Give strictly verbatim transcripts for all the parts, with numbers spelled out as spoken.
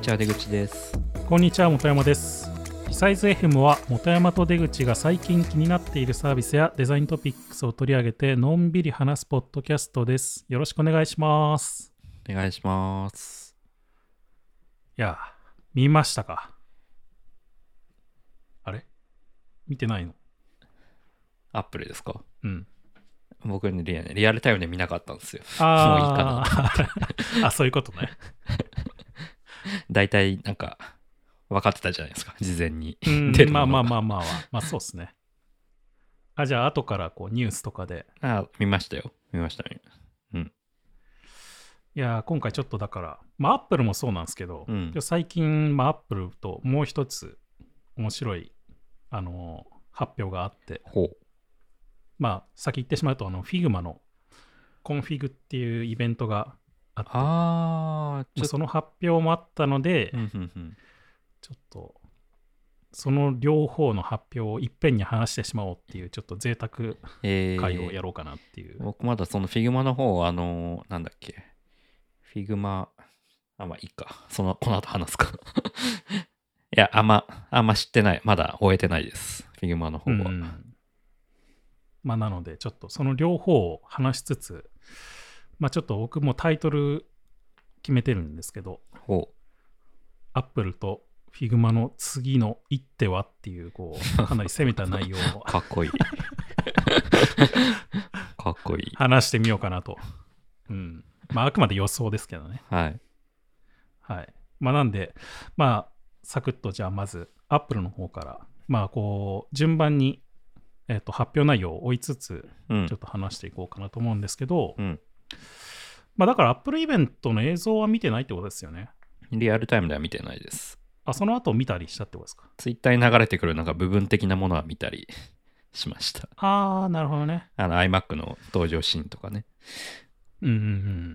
ちは、出口です。 こんにちは、本山です。リサイズ エフエム は本山と出口が最近気になっているサービスやデザイントピックスを取り上げてのんびり話すポッドキャストです。よろしくお願いします。 お願いします。 いや、見ましたか？あれ？見てないの？ アップルですか？ うん。 僕ね、リアリアルタイムで見なかったんですよ。 あもういいかな。 あ、そういうことね。 大体なんか分かってたじゃないですか、事前に。 うん出るまあものがまあまあまあまあ、まあそうっすね。あ、じゃあ後からこうニュースとかで。 あ、見ましたよ。見ましたね。うん。 いや、今回ちょっとだから、まあアップルもそうなんですけど、 うん、 最近、まあアップルともう一つ面白い、あのー発表があって、 ほう。 まあ先言ってしまうと、あの Figma のコンフィグっていうイベントがあって、 あー、ちょっと、 その発表もあったので、 うんうんうん、 ちょっとその両方の発表をいっぺんに話してしまおうっていうちょっと贅沢え会をー、 やろうかなっていう。 僕まだその Figma の方、あのー、なんだっけ。Figma、あ、まあいいか。その、この後話すか。いや、あんま、あんま知ってない。まだ終えてないです。Figma の方は。 うんまあなのでちょっとその両方を話しつつ、まあちょっと僕もタイトル決めてるんですけど、 ほう。 アップルと Figma の次の一手はっていう、こう、かなり攻めた内容をかっこいい。かっこいい。 話してみようかなと。うん。まああくまで予想ですけどね。 はい。 はい。まあなんで、まあサクッとじゃあまずアップルの方から、まあこう、順番に、えーと発表内容を追いつつ、 うん。 ちょっと話していこうかなと思うんですけど、 うん。 まあだからアップルイベントの映像は見てないってことですよね。 リアルタイムでは見てないです。 あ、その後見たりしたってことですか？ ツイッターに流れてくるなんか部分的なものは見たりしました。 ああ、なるほどね。 あの iMac の登場シーンとかね。 うんうんうん。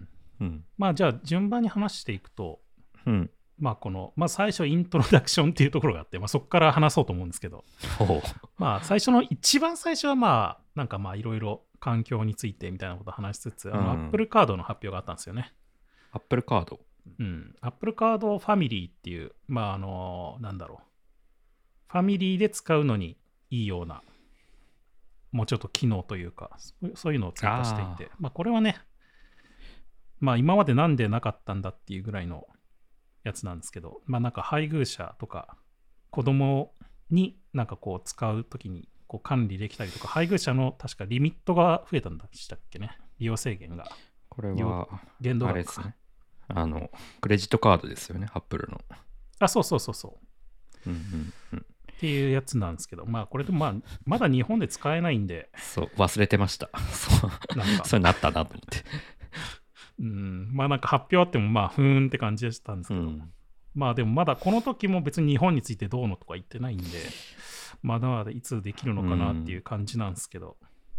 うん。 まあじゃあ順番に話していくと、 うん。 まあこの、まあ最初イントロダクションっていうところがあって、まあそこから話そうと思うんですけど、 ほう。 まあ最初の、一番最初はまあ、なんかまあいろいろ環境についてみたいなことを話しつつ、あのうん Apple カードの発表があったんですよね。 Apple カード。 うん。Apple カードファミリーっていう、まああの、なんだろう。ファミリーで使うのにいいような、もうちょっと機能というか、そうそういうのを追加していて、まあこれはね、まあ今までなんでなかったんだっていうぐらいのやつなんですけど、まあなんか配偶者とか子供になんかこう使うときにこう管理できたりとか、配偶者の確かリミットが増えたんだしたっけね。利用制限が。 これは、 限度額あれですね。あの、クレジットカードですよね、Apple の。 あ、そうそうそうそう。 うんうんうん。 っていうやつなんですけど、まあこれでもまあまだ日本で使えないんで、 そう、忘れてました。そう、 なんか、 そういうのあったなと思って。 うん、まあなんか発表あってもまあふーんって感じでしたんですけど、 うんまあでもまだこの時も別に日本についてどうのとか言ってないんで、まだまだいつできるのかなっていう感じなんですけど、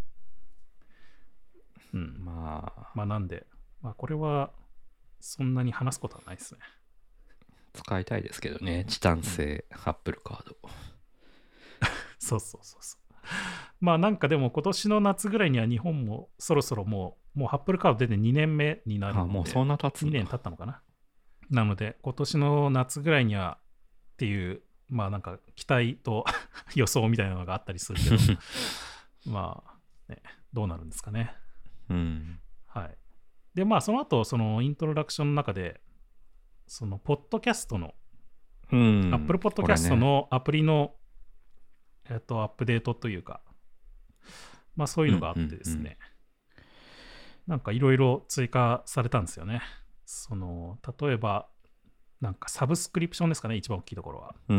うん。 まあ、 まあなんで、まあこれはそんなに話すことはないですね。 使いたいですけどね、チタン製 Apple カード。 そうそうそうそう。まあなんかでも今年の夏ぐらいには日本もそろそろもう、もう Apple カード出てにねんめになるので、 あ、もうそんな経つんだ。 にねん経ったのかな。なので今年の夏ぐらいにはっていう、まあなんか期待と予想みたいなのがあったりするけど、まあ、ね、どうなるんですかね。 うん。 はい。で、まあその後、そのイントロダクションの中で、そのポッドキャストの、 うん、 Apple ポッドキャストのアプリの、ね、えっと、アップデートというか、まあそういうのがあってですね、うんうんうん、なんかいろいろ追加されたんですよね。その、例えば、なんかサブスクリプションですかね、一番大きいところは。 うん、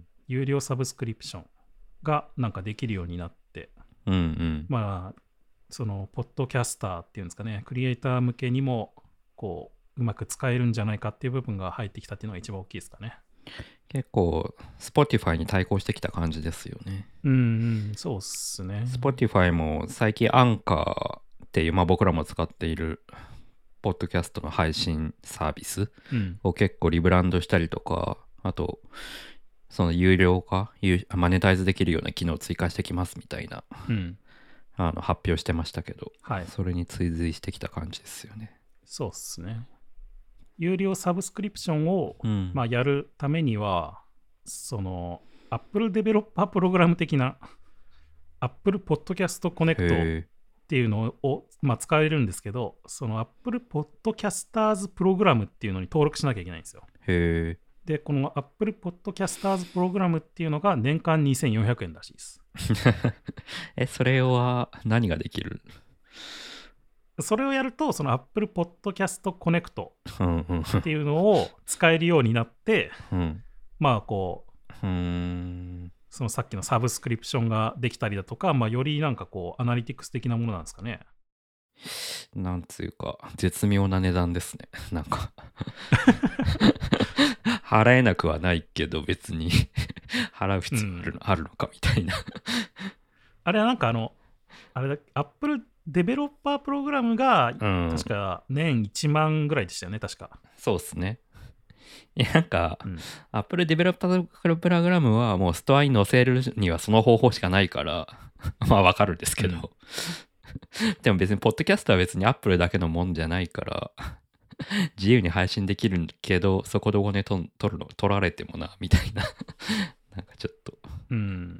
有料サブスクリプションがなんかできるようになって、 うんうん、 まあ、その、ポッドキャスターっていうんですかね、クリエイター向けにも、こう、うまく使えるんじゃないかっていう部分が入ってきたっていうのが一番大きいですかね。 結構 Spotify に対抗してきた感じですよね。 うんうん、そうっすね。 Spotify も最近アンカーっていう、まあ僕らも使っているポッドキャストの配信サービスを結構リブランドしたりとか、あとその有料化、マネタイズできるような機能を追加してきますみたいな、 うん、 あの発表してましたけど、 はい、 それに追随してきた感じですよね。 そうっすね。 有料サブスクリプションを、 うんまあ、やるためには、その Apple デベロッパープログラム的な Apple Podcast Connect っていうのを、まあ、使えるんですけど、その Apple Podcasters プログラムっていうのに登録しなきゃいけないんですよ。 へー。 で、この Apple Podcasters プログラムっていうのが年間にせんよんひゃくえんらしいです。 え、それは何ができる？ それをやると、その Apple Podcast Connect うんうんっていうのを使えるようになって、 うん。 まあこうーん。 そのさっきのサブスクリプションができたりだとか、まあ、よりなんかこうアナリティクス的なものなんですかね。 なんつうか絶妙な値段ですね。なんか払えなくはないけど別に払う必要あるの、うん、あるのかみたいなあれはなんかあのあれだ Apple デベロッパープログラムが確か年いちまんぐらいでしたよね、確か。 そうっすね。いやなんか、うん、Apple デベロッパープログラムはもうストアに載せるにはその方法しかないからまあわかるんですけど、うん、でも別にポッドキャストは別に Apple だけのもんじゃないから自由に配信できるけどそこでお金と取るの取られてもなみたいななんかちょっと、 うん、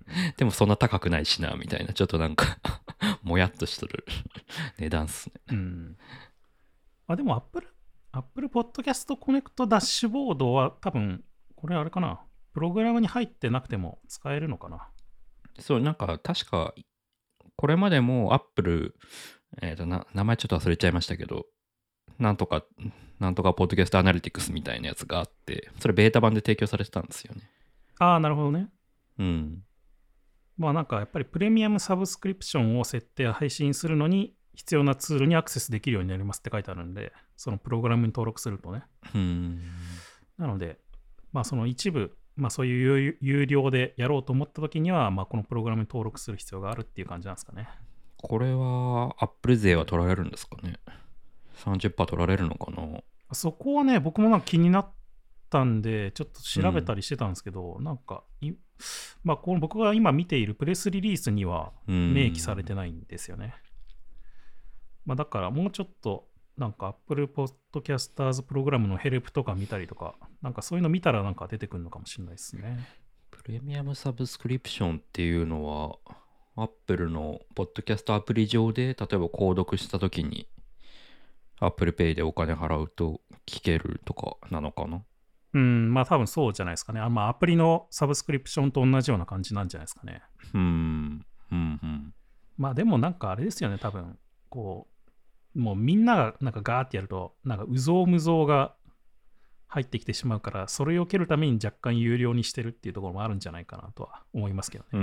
でもそんな高くないしなみたいなちょっとなんかもやっとしとる値段っすね。 うん、あでも Apple Apple Podcast Connect ダッシュボードは多分これあれかな、プログラムに入ってなくても使えるのかな。 そうなんか確かこれまでも Apple えっとな名前ちょっと忘れちゃいましたけど、なんとかなんとかポッドキャストアナリティクスみたいなやつがあって、それベータ版で提供されてたんですよね。 ああなるほどね。 うん。 まあなんかやっぱりプレミアムサブスクリプションを設定配信するのに必要なツールにアクセスできるようになりますって書いてあるんで、そのプログラムに登録するとね。 うん。 なので、まあその一部、まあそういう有料でやろうと思った時には、まあこのプログラムに登録する必要があるっていう感じなんですかね。 これは Apple 税は取られるんですかね。さんじゅっパーセント 取られるのかな。 そこはね、僕もなんか気になったんで、ちょっと調べたりしてたんですけど、うん、なんかい、まあこの僕が今見ているプレスリリースには明記されてないんですよね。まあ、だからもうちょっとなんか Apple Podcasters プログラムのヘルプとか見たりとか、なんかそういうの見たらなんか出てくるのかもしれないですね。 プレミアムサブスクリプションっていうのは Apple のポッドキャストアプリ上で例えば購読した時に Apple Pay でお金払うと聞けるとかなのかな。 うん、まあ多分そうじゃないですかね。あまあアプリのサブスクリプションと同じような感じなんじゃないですかね。 うん、うん、うん。 まあでもなんかあれですよね、多分こうもうみんながなんかガーってやるとなんかうぞうむぞうが入ってきてしまうから、それを受けるために若干有料にしてるっていうところもあるんじゃないかなとは思いますけどね。 うん、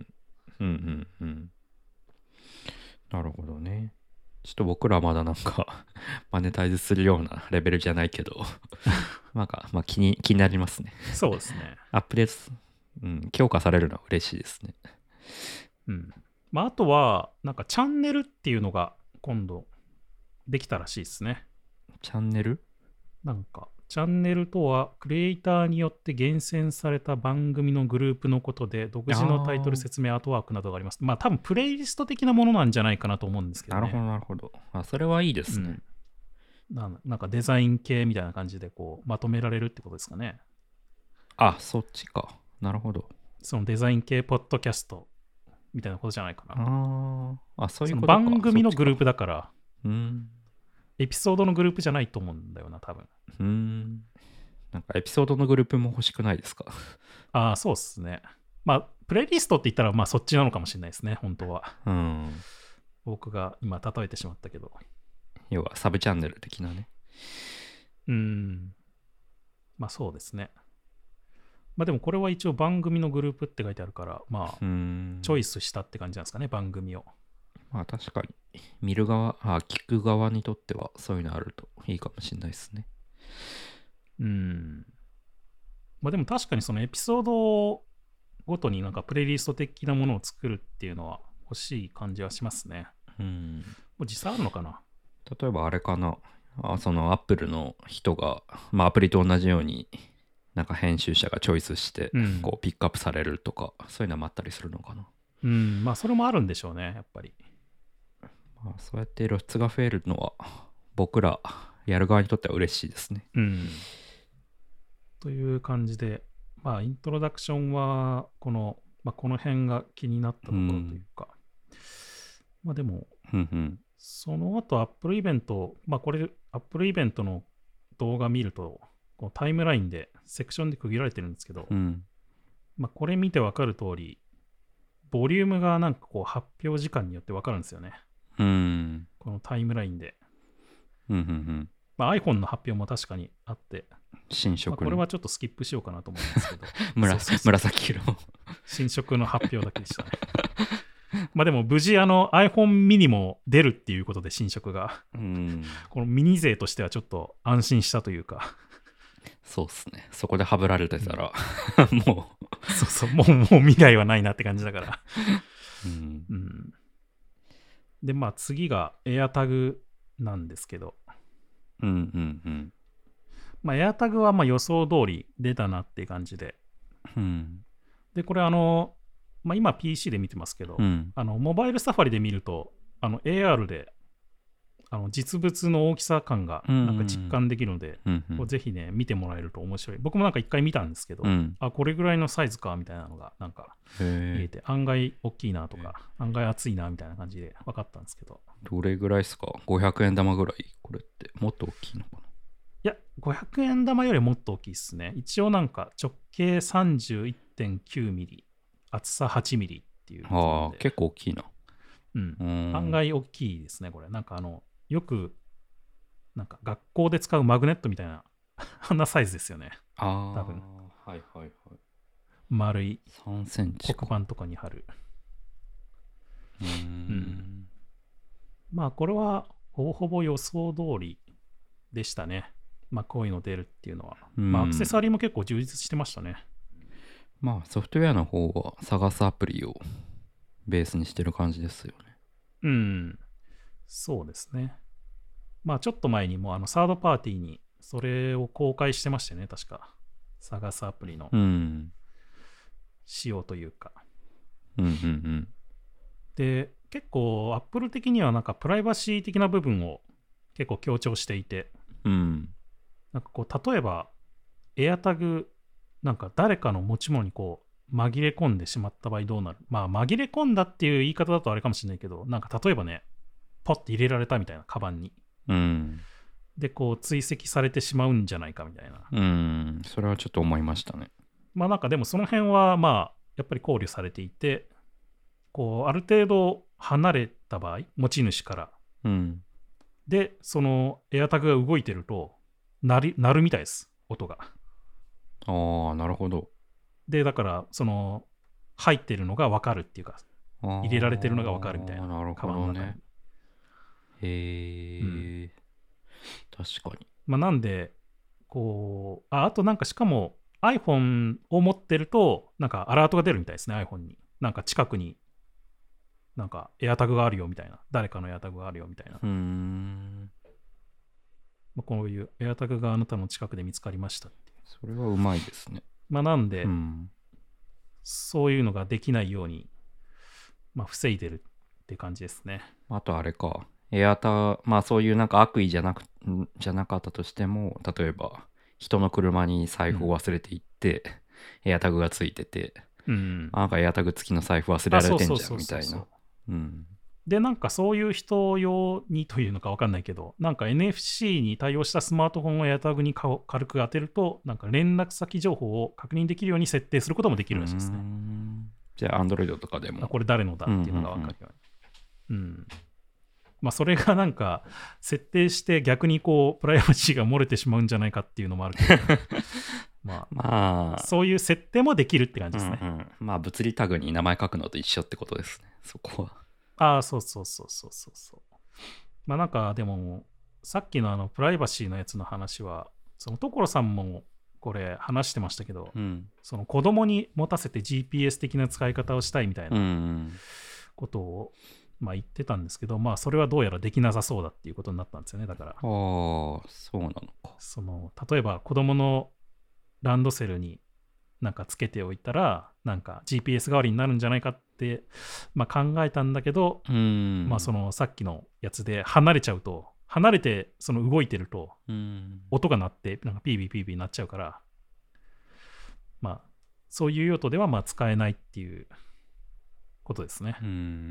うん、うん、うん。なるほどね。ちょっと僕らまだなんかマネタイズするようなレベルじゃないけどなんかまあ気に気になりますね。 そうですね。 アップデート、うん、強化されるのは嬉しいですね。 うん。まああとはなんかチャンネルっていうのが今度できたらしいですね。 チャンネル？ なんかチャンネルとはクリエイターによって厳選された番組のグループのことで、独自のタイトル説明アートワークなどがあります。まあ多分プレイリスト的なものなんじゃないかなと思うんですけどね。 なるほどなるほど。あ、それはいいですね。 うん、な, なんかデザイン系みたいな感じでこうまとめられるってことですかね。 あ、そっちか。なるほど。 そのデザイン系ポッドキャストみたいなことじゃないかな。 ああ、そういうことか。 その番組のグループだから。 うん。 エピソードのグループじゃないと思うんだよな、多分。 うーん。なんかエピソードのグループも欲しくないですか？ ああ、そうっすね。まあ、プレイリストって言ったら、まあそっちなのかもしれないですね、本当は。 うん。 僕が今例えてしまったけど。 要はサブチャンネル的なね。 うん。まあそうですね。まあでもこれは一応番組のグループって書いてあるから、まあ、チョイスしたって感じなんですかね、番組を。 まあ確かに見る側、あ、聞く側にとってはそういうのあるといいかもしれないですね。 うん。まあでも確かにそのエピソードごとになんかプレイリスト的なものを作るっていうのは欲しい感じはしますね。 うん。 もう実際あるのかな？ 例えばあれかな。あ、そのアップルの人が、まあアプリと同じようになんか編集者がチョイスしてこうピックアップされるとか、うん、そういうのもあったりするのかな。 うん、まあそれもあるんでしょうね、やっぱり。 まあ、そうやって露出が増えるのは僕らやる側にとっては嬉しいですね。 うん。という感じで、まあ、イントロダクションは、この、まあ、この辺が気になったところというか、うん、まあでも、 うんうん、 その後、Apple イベント、まあこれ、Apple イベントの動画見ると、こうタイムラインで、セクションで区切られてるんですけど、 うん、 まあこれ見てわかる通り、ボリュームがなんかこう発表時間によってわかるんですよね。 うん、 このタイムラインで。 うんうんうん、 まあ、iPhone の発表も確かにあって、 新色の、 まあ、これはちょっとスキップしようかなと思うんですけど紫色新色の発表だけでしたね。まあでも無事あの iPhone mini も出るっていうことで新色が、 うん、 このミニ勢としてはちょっと安心したというか、 そうっすね。そこでハブられてたら、うん、もうそうそうもうもう未来はないなって感じだから、 うんうん、でまあ次が AirTag なんですけど、 うんうんうん。 まあ AirTag はまあ予想通り出たなっていう感じで、 うん、 でこれあの、まあ、今 ピーシー で見てますけど、 うん、あのモバイルサファリで見るとあの エーアール であの実物の大きさ感がなんか実感できるので、 うんうん、 こうぜひね見てもらえると面白い。僕もなんか一回見たんですけど、 うん、 あこれぐらいのサイズかみたいなのがなんか見えて、案外大きいなとか案外厚いなみたいな感じで分かったんですけど、 どれぐらいですか？ごひゃくえん玉ぐらい？これってもっと大きいのかな？ いやごひゃくえん玉よりもっと大きいですね。一応なんか直径 さんじゅういってんきゅうミリ、厚さはちミリっていう。 ああ、結構大きいな。 うん、うん案外大きいですねこれ。なんかあのよくなんか学校で使うマグネットみたいなあんなサイズですよね。 ああ、 多分はいはいはい。 丸いさんセンチ黒板とかに貼る。 うーん、うん、 まあこれはほぼほぼ予想通りでしたね。まあこういうの出るっていうのは。まあアクセサリーも結構充実してましたね。 まあソフトウェアの方は探すアプリをベースにしてる感じですよね。 うん。そうですね。まあちょっと前にもあのサードパーティーにそれを公開してましたよね、確か。探すアプリの仕様というか。 うんうんうん。 で、結構 Apple 的にはなんかプライバシー的な部分を結構強調していて、 うん、 なんかこう例えば AirTag なんか誰かの持ち物にこう紛れ込んでしまった場合どうなる？まあ紛れ込んだっていう言い方だとあれかもしれないけど、なんか例えばね、ポッて入れられたみたいな、カバンに。 うん、 で、こう追跡されてしまうんじゃないかみたいな。 うん、それはちょっと思いましたね。 まあなんかでもその辺はまあやっぱり考慮されていて、こうある程度離れた場合、持ち主から。 うん、 で、その AirTag が動いてると鳴り、鳴るみたいです、音が。 ああ、なるほど。 で、だから、その、入ってるのが分かるっていうか、入れられてるのが分かるみたいな。 なるほどね。へえ、うん、確かに。 まあ、なんで、こう、あ、あとなんかしかも iPhone を持ってると、なんかアラートが出るみたいですね、iPhone に。なんか近くに、なんか AirTag があるよみたいな。誰かの AirTag があるよみたいな。 うーん。 まあ、こういう AirTag があなたの近くで見つかりましたっていう。 それはうまいですね。 まあ、なんで、 うん、 そういうのができないように、まあ、防いでるって感じですね。 あとあれか、エアタまあそういうなんか悪意じゃなくじゃなかったとしても、例えば人の車に財布を忘れていって、うん、エアタグがついてて、うん、なんかエアタグ付きの財布忘れられてんじゃんみたいな。 で、なんかそういう人用にというのか分かんないけど、なんか エヌエフシー に対応したスマートフォンをエアタグに軽く当てると、なんか連絡先情報を確認できるように設定することもできるらしいですね。 じゃあ Android とかでも。 これ誰のだっていうのが分かるように。うん、うんうんまあ、それがなんか設定して逆にこうプライバシーが漏れてしまうんじゃないかっていうのもあるけど、まあ、まあそういう設定もできるって感じですね。 うんうん、まあ物理タグに名前書くのと一緒ってことですね、そこは。 ああ、そうそうそうそうそうそう。まあなんかでもさっきのあのプライバシーのやつの話は、その所さんもこれ話してましたけど、うん、その子供に持たせて ジーピーエス 的な使い方をしたいみたいなことを、うんまあ、言ってたんですけど、まあそれはどうやらできなさそうだっていうことになったんですよね。だから、ああ、 そうなのか。 その例えば子供のランドセルになんかつけておいたら、なんか ジーピーエス 代わりになるんじゃないかって、まあ、考えたんだけど、うんまあそのさっきのやつで離れちゃうと離れてその動いてるとうん音が鳴ってなんかピービーピービー鳴っちゃうから、まあそういう用途ではまあ使えないっていうことですね。 うん、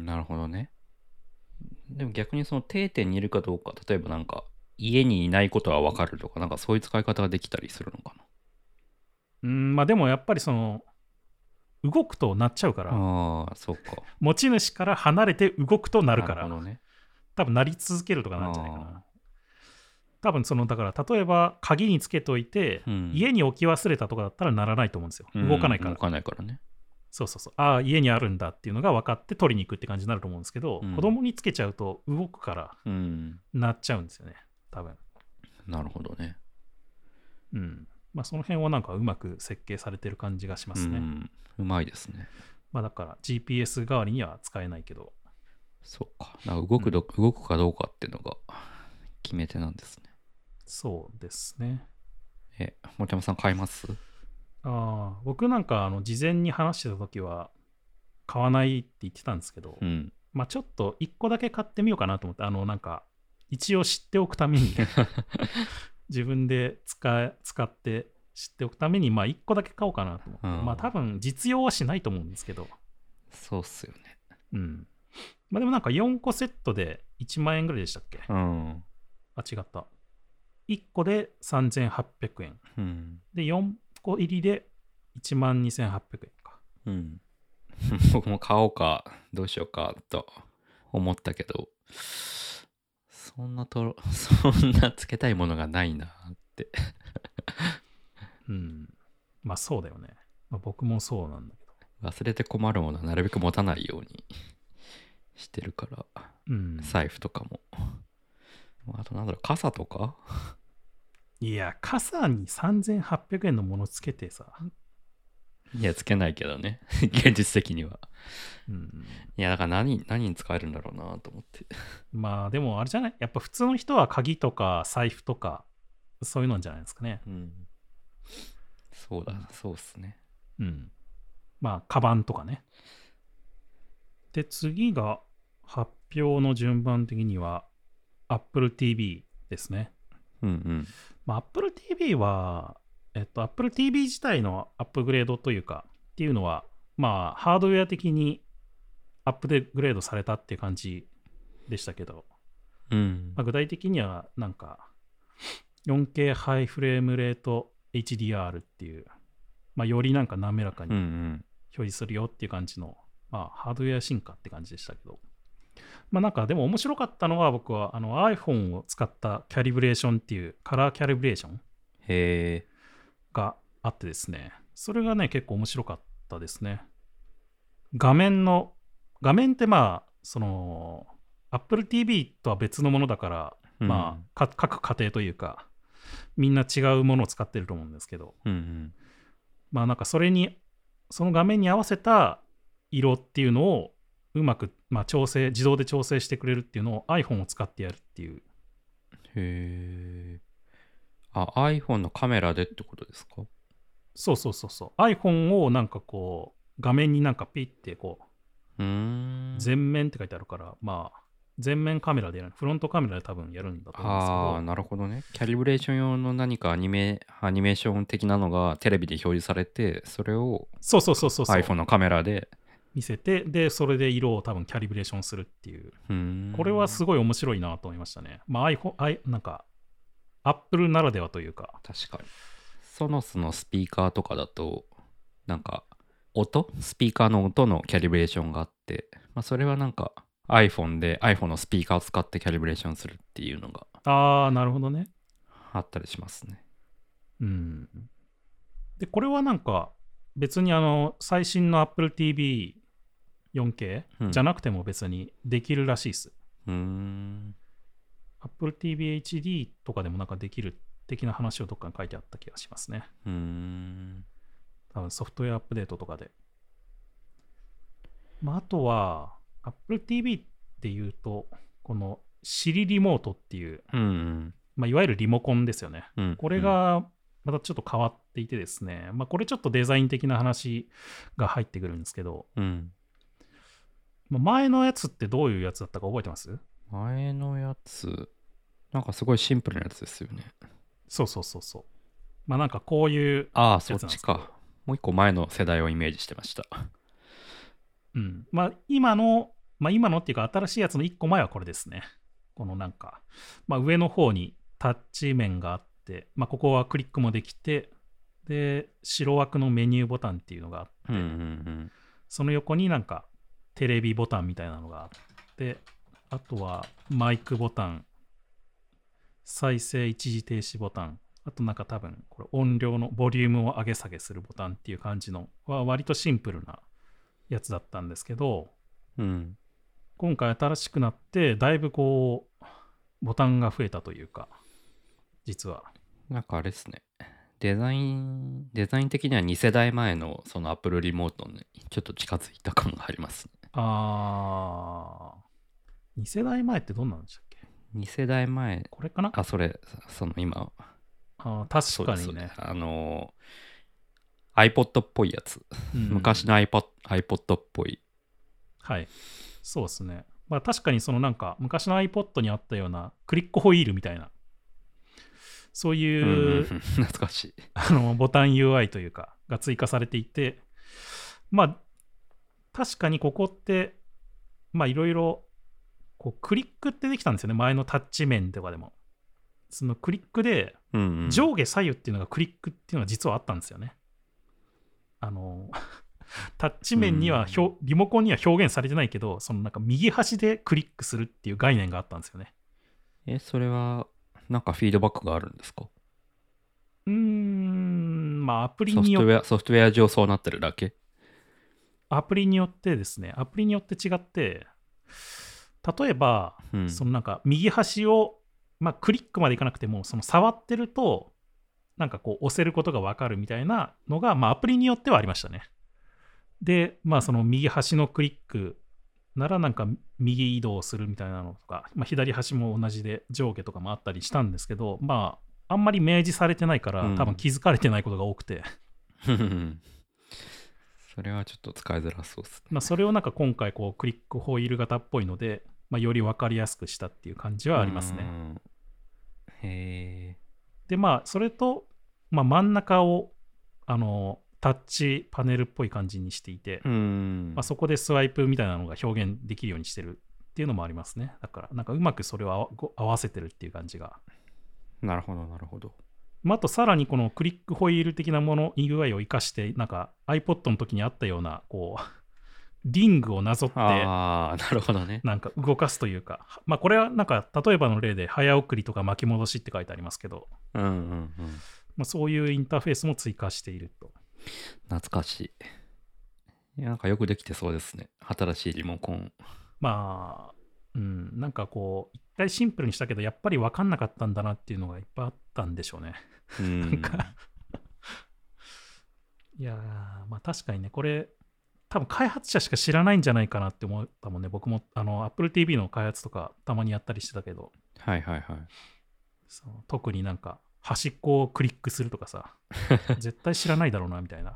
なるほどね。でも逆にその定点にいるかどうか、例えばなんか家にいないことは分かるとか、なんかそういう使い方ができたりするのかな。 うんまあでもやっぱりその動くと鳴っちゃうから、 ああ、そうか。 持ち主から離れて動くと鳴るから、 なるほどね。 多分鳴り続けるとかなんじゃないかな。多分そのだから例えば鍵につけといて、うん、家に置き忘れたとかだったら鳴らないと思うんですよ。動かないから。 うん、動かないからね。 そうそうそう。ああ、家にあるんだっていうのが分かって取りに行くって感じになると思うんですけど、うん、子供につけちゃうと動くから鳴っちゃうんですよね。多分。 なるほどね。 うん。まあその辺はなんかうまく設計されてる感じがしますね。 うん、うまいですね。 まあだから ジーピーエス 代わりには使えないけど。 そうか。なんか動くど、うん、動くかどうかっていうのが決め手なんですね。 そうですね。 え、もちゃまさん買います？ ああ、僕なんかあの事前に話してた時は買わないって言ってたんですけど、 うん、 まあちょっといっこだけ買ってみようかなと思って、あのなんか一応知っておくために自分で使使って知っておくためにまあいっこだけ買おうかなと思って、うん、まあ多分実用はしないと思うんですけど。 そうっすよね。 うん。まあでもなんかよんこセットでいちまん円ぐらいでしたっけ？ うん。 あ、違った。いっこでさんぜんはっぴゃくえん。 うん、 で、よんこ入りでいちまんにせんはっぴゃくえんか。 うん。僕も買おうか、どうしようかと思ったけど、そんなと、そんなつけたいものがないなって。 うん。まあそうだよね。まあ、僕もそうなんだけど。忘れて困るものはなるべく持たないようにしてるから、 うん、 財布とかも。あとなんだろう、傘とかいや、傘にさんぜんはっぴゃくえんのものつけてさ。 いや、つけないけどね。現実的には。 うん、 いや、だから何、何に使えるんだろうなと思って。 まあ、でもあれじゃない？やっぱ普通の人は鍵とか財布とか、そういうのじゃないですかね。 うん。そうだ、うん、そうっすね。 うん。まあ、カバンとかね。で、次が発表の順番的には Apple ティーブイ ですね。 うんうん。 まあ、Apple ティーブイ は、えっと、Apple ティーブイ 自体のアップグレードというか、っていうのは、まあ、ハードウェア的にアップグレードされたっていう感じでしたけど、 うんまあ、具体的には、なんか、よんケー ハイフレームレート エイチディーアール っていう、まあ、よりなんか滑らかに表示するよっていう感じの、まあ、ハードウェア進化って感じでしたけど、まあなんかでも面白かったのは僕はあの iPhone を使ったキャリブレーションっていうカラーキャリブレーションへがあってですね、それがね結構面白かったですね。画面の画面ってまあその Apple ティーブイ とは別のものだから、うん、まあ各家庭というかみんな違うものを使ってると思うんですけど、 うんうん、 まあなんかそれにその画面に合わせた色っていうのをうまく、まあ、調整自動で調整してくれるっていうのを iPhone を使ってやるっていう。 へえ。あ、iPhone のカメラでってことですか？ そうそうそうそう。iPhone をなんかこう画面になんかピッてこう、うーん全面って書いてあるから、まあ全面カメラでやる、フロントカメラで多分やるんだと思うんですけど。 ああ、なるほどね。キャリブレーション用の何かアニメアニメーション的なのがテレビで表示されて、それをそうそうそうそうそう iPhone のカメラで見せて、でそれで色を多分キャリブレーションするっていう。 うーんこれはすごい面白いなと思いましたね。まあ iPhone、I、なんか Apple ならではというか。 確かに。ソノスのスピーカーとかだとなんか音スピーカーの音のキャリブレーションがあって、まあ、それはなんか iPhone で iPhone のスピーカーを使ってキャリブレーションするっていうのがああなるほどね。 あったりしますね。 うん。でこれはなんか別にあの最新の Apple ティーブイよんケー、うん、じゃなくても別にできるらしいです。 うーん。 Apple ティーブイエイチディー とかでもなんかできる的な話をどっかに書いてあった気がしますね。 うーん。 多分ソフトウェアアップデートとかで。まあ、あとは Apple ティーブイ っていうとこの Siri リモートっていう、 うんうんまあ、いわゆるリモコンですよね。 うんうん、 これがまたちょっと変わっていてですね、まあ、これちょっとデザイン的な話が入ってくるんですけど、 うん前のやつってどういうやつだったか覚えてます？ 前のやつなんかすごいシンプルなやつですよね。 そうそうそうそう。まあなんかこういうああ、そっちか。もう一個前の世代をイメージしてました。 うん。まあ今の、まあ今のっていうか新しいやつの一個前はこれですね。このなんか、まあ上の方にタッチ面があって、まあここはクリックもできて、で、白枠のメニューボタンっていうのがあって、 うんうんうん、 その横になんかテレビボタンみたいなのがあって、あとはマイクボタン、再生一時停止ボタン、あとなんか多分これ音量のボリュームを上げ下げするボタンっていう感じのは割とシンプルなやつだったんですけど、 うん、 今回新しくなってだいぶこうボタンが増えたというか、実はなんかあれですね、デザインデザイン的にはに世代前のその Apple リモートにちょっと近づいた感がありますね。 あーに世代前ってどんなんでしたっけ。 に世代前、 これかな。 あ、それ、その今、 あ確かにね。 あの iPod っぽいやつ、うん、昔の iPod, iPod っぽい。 はい、そうですね。まあ確かにそのなんか昔の iPod にあったようなクリックホイールみたいな、そういう、うんうん、 懐かしいあのボタン ユーアイ というかが追加されていて、まあ確かにここってまあいろいろこうクリックってできたんですよね、前のタッチ面とかでも。そのクリックで上下左右っていうのがクリックっていうのが実はあったんですよね。あのタッチ面には、うん、リモコンには表現されてないけど、そのなんか右端でクリックするっていう概念があったんですよね。 え、それはなんかフィードバックがあるんですか？ うーん、まあアプリによってソフトウェア上そうなってるだけ？ アプリによってですね、アプリによって違って、例えば、うん、そのなんか右端を、まあ、クリックまでいかなくても、その触ってると、なんかこう押せることが分かるみたいなのが、まあ、アプリによってはありましたね。で、まあその右端のクリックならなんか右移動するみたいなのとか、まあ、左端も同じで上下とかもあったりしたんですけど、まああんまり明示されてないから、うん、多分気づかれてないことが多くてそれはちょっと使いづらそうですね。 まあそれをなんか今回こうクリックホイール型っぽいので、まあ、より分かりやすくしたっていう感じはありますね。 へー。でまあそれと、まあ、真ん中をあのタッチパネルっぽい感じにしていて、 うんまあ、そこでスワイプみたいなのが表現できるようにしてるっていうのもありますね。だからなんかうまくそれを合わせてるっていう感じが。 なるほどなるほど。 まあ、あとさらにこのクリックホイール的なもの ユーアイ を生かして、なんか iPod の時にあったようなこうリングをなぞって、 あー、なるほどね。 なんか動かすというか、まあこれはなんか例えばの例で早送りとか巻き戻しって書いてありますけど、 うんうんうん、 まあ、そういうインターフェースも追加していると。 懐かしい。いや、なんかよくできてそうですね、新しいリモコン。 まあ、うん、なんかこう一回シンプルにしたけどやっぱり分かんなかったんだなっていうのがいっぱいあったんでしょうね。 うんなんかいやまあ確かにね、これ多分開発者しか知らないんじゃないかなって思ったもんね。僕もあの Apple ティーブイ の開発とかたまにやったりしてたけど、 はいはいはい。 その特になんか端っこをクリックするとかさ絶対知らないだろうなみたいな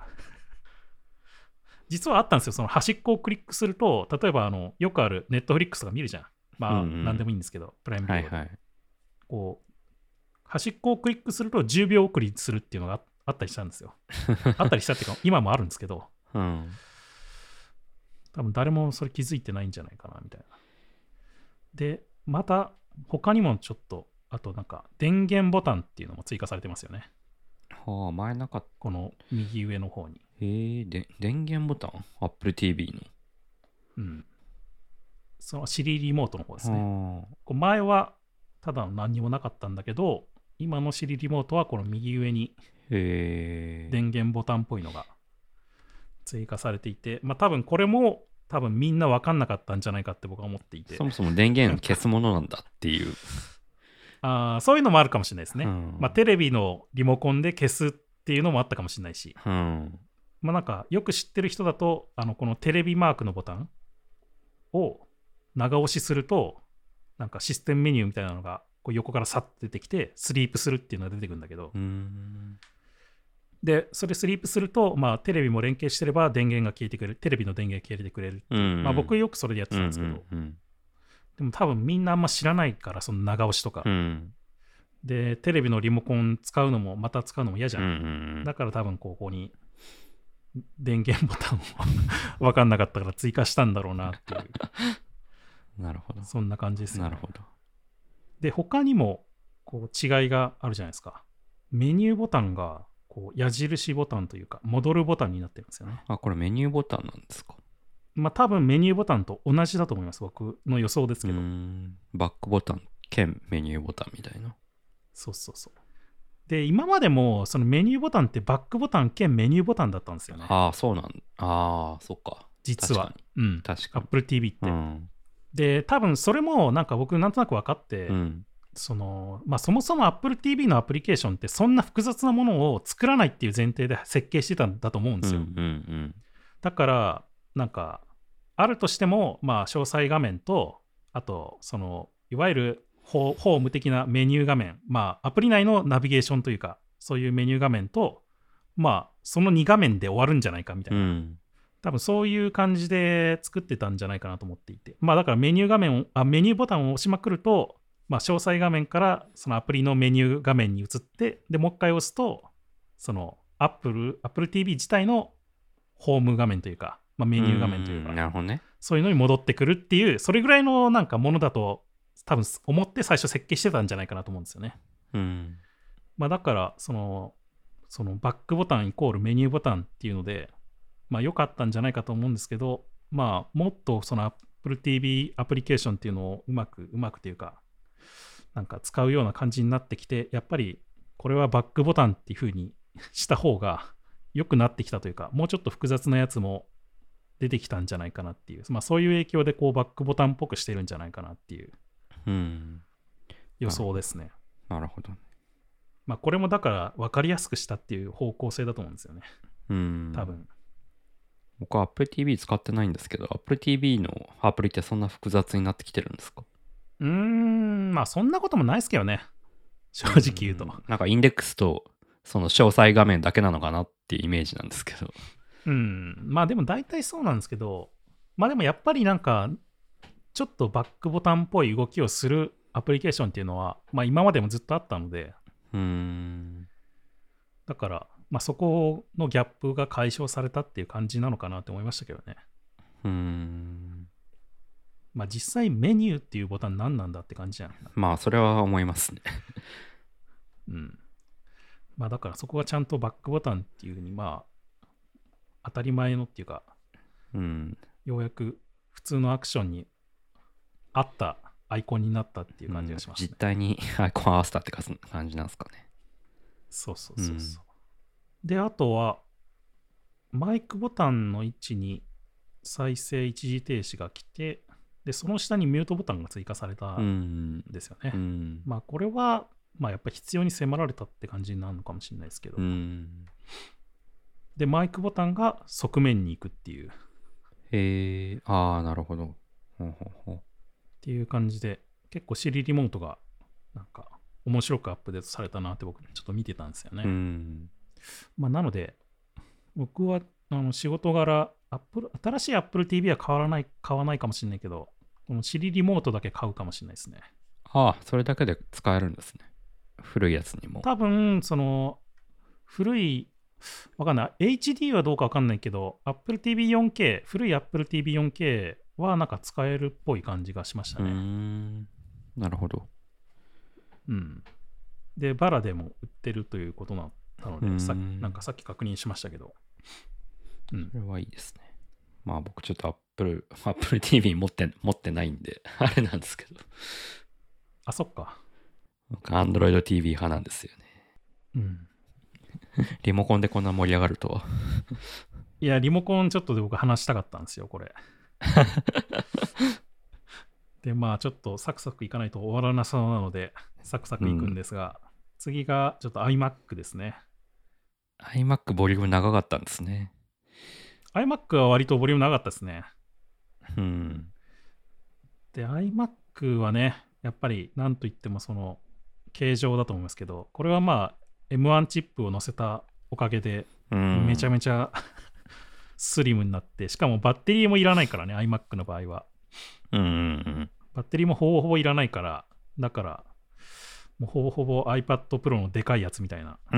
実はあったんですよ。その端っこをクリックすると、例えばあのよくある Netflix とか見るじゃん。まあ、うんうん、何でもいいんですけど、プライムビデオで、はいはい、こう端っこをクリックするとじゅうびょう送りするっていうのがあったりしたんですよ。あったりしたっていうか今もあるんですけど、 うん、 多分誰もそれ気づいてないんじゃないかなみたいな。でまた他にもちょっと、あとなんか電源ボタンっていうのも追加されてますよね。 はあ、前なかった。 この右上の方に。 へえ、で電源ボタン Apple ティーブイ の。 うん。その Siri リモートの方ですね。こう前はただ何にもなかったんだけど、今の Siri リモートはこの右上に電源ボタンっぽいのが追加されていて、まあ多分これも多分みんな分かんなかったんじゃないかって僕は思っていて。 そもそも電源消すものなんだっていう。 あそういうのもあるかもしれないですね。うん、まあテレビのリモコンで消すっていうのもあったかもしれないし。 うん、 まあなんかよく知ってる人だと、あのこのテレビマークのボタンを長押しすると、なんかシステムメニューみたいなのがこう横からさっと出てきて、スリープするっていうのが出てくるんだけど、 うん、 でそれスリープすると、まあ、テレビも連携してれば電源が消えてくれる、テレビの電源が消えてくれるっていう、うん、まあ、僕よくそれでやってたんですけど、 うんうんうん、 でも多分みんなあんま知らないから、その長押しとか。 うん、 で、テレビのリモコン使うのも、また使うのも嫌じゃん。 うんうんうん、 だから多分ここに電源ボタンを分かんなかったから追加したんだろうなっていう。 なるほど。 そんな感じですね。 なるほど。 で、他にもこう違いがあるじゃないですか。メニューボタンがこう矢印ボタンというか、戻るボタンになってるんですよね。 あ、これメニューボタンなんですか？ まあ多分メニューボタンと同じだと思います。僕の予想ですけど。 うーん、バックボタン兼メニューボタンみたいな。 そうそうそう。で、今までもそのメニューボタンってバックボタン兼メニューボタンだったんですよね。 ああ、そうなんだ。ああ、そっか。 実は。 確かうん。 確かに。 Apple ティーブイ って。 うん、 で、多分それもなんか僕なんとなく分かって、 うん、 そのまあ、そもそも Apple ティーブイ のアプリケーションってそんな複雑なものを作らないっていう前提で設計してたんだと思うんですよ。 うんうんうん、 だからなんかあるとしても、まあ、詳細画面とあとそのいわゆるホーム的なメニュー画面、まあ、アプリ内のナビゲーションというかそういうメニュー画面と、まあ、そのに画面で終わるんじゃないかみたいな、うん、多分そういう感じで作ってたんじゃないかなと思っていて、まあ、だからメニュー画面をあメニューボタンを押しまくると、まあ、詳細画面からそのアプリのメニュー画面に移ってでもう一回押すとその Apple, Apple ティーブイ 自体のホーム画面というか、まあ、メニュー画面というか、 うん、なるほどね、 そういうのに戻ってくるっていうそれぐらいのなんかものだと多分思って最初設計してたんじゃないかなと思うんですよね、 うんまあ、だからそのそのバックボタンイコールメニューボタンっていうのでまあ良かったんじゃないかと思うんですけど、まあもっとその Apple ティーブイ アプリケーションっていうのをうまくうまくというかなんか使うような感じになってきてやっぱりこれはバックボタンっていう風にした方が良くなってきたというかもうちょっと複雑なやつも出てきたんじゃないかなっていう、まあ、そういう影響でこうバックボタンっぽくしてるんじゃないかなっていう予想ですね。 なるほど。 まあこれもだから分かりやすくしたっていう方向性だと思うんですよね。 うん多分。 僕は Apple ティーブイ 使ってないんですけど Apple ティーブイ のアプリってそんな複雑になってきてるんですか？ うーんまあそんなこともないですけどね正直言うと。 なんかインデックスとその詳細画面だけなのかなっていうイメージなんですけど。 うん、まあでも大体そうなんですけど、まあでもやっぱりなんか、ちょっとバックボタンっぽい動きをするアプリケーションっていうのは、まあ今までもずっとあったので、 うーんだから、まあそこのギャップが解消されたっていう感じなのかなって思いましたけどね。 うーんまあ実際メニューっていうボタン何なんだって感じじゃん。 まあそれは思いますね。 うん。まあだからそこがちゃんとバックボタンっていうふうに、まあ、当たり前のっていうか、 うん、 ようやく普通のアクションに合ったアイコンになったっていう感じがします、ねうん、実態にアイコン合わせたって感じなんですかね。 そうそうそうそう、うん、であとはマイクボタンの位置に再生一時停止が来てでその下にミュートボタンが追加されたんですよね、 うん、 まあこれはまあやっぱり必要に迫られたって感じになるのかもしれないですけど、 うん、 でマイクボタンが側面に行くっていうへえああなるほどほうほうほうっていう感じで結構 Siri リモートがなんか面白くアップデートされたなって僕ちょっと見てたんですよね、 うんまあ、なので僕はあの仕事柄アップル新しい Apple ティーブイ は買わない買わないかもしれないけどこの Siri リモートだけ買うかもしれないですね。 ああそれだけで使えるんですね。古いやつにも多分その古いわかんない エイチディー はどうかわかんないけど Apple ティーブイ よんケー 古い Apple ティーブイ よんケー はなんか使えるっぽい感じがしましたね。 うーんなるほど。 うんでバラでも売ってるということなのでさなんかさっき確認しましたけど、 うん、それはいいですね。まあ僕ちょっと Apple Apple ティーブイ 持って持ってないんであれなんですけど。 あそっか。 僕 Android ティーブイ 派なんですよね。 うん。 リモコンでこんな盛り上がるとは。 いやリモコンちょっとで僕話したかったんですよこれ。でまあちょっとサクサクいかないと終わらなそうなのでサクサクいくんですが、うん、次がちょっと iMac ですね。 iMac ボリューム長かったんですね。 iMac は割とボリューム長かったですね。 うん。 で iMac はねやっぱりなんといってもその形状だと思いますけどこれはまあ エムワン チップを乗せたおかげでめちゃめちゃスリムになってしかもバッテリーもいらないからね iMac の場合は。 うんうんうん。 バッテリーもほぼほぼいらないから、だから、もうほぼほぼ iPad Pro のでかいやつみたいな、 うん。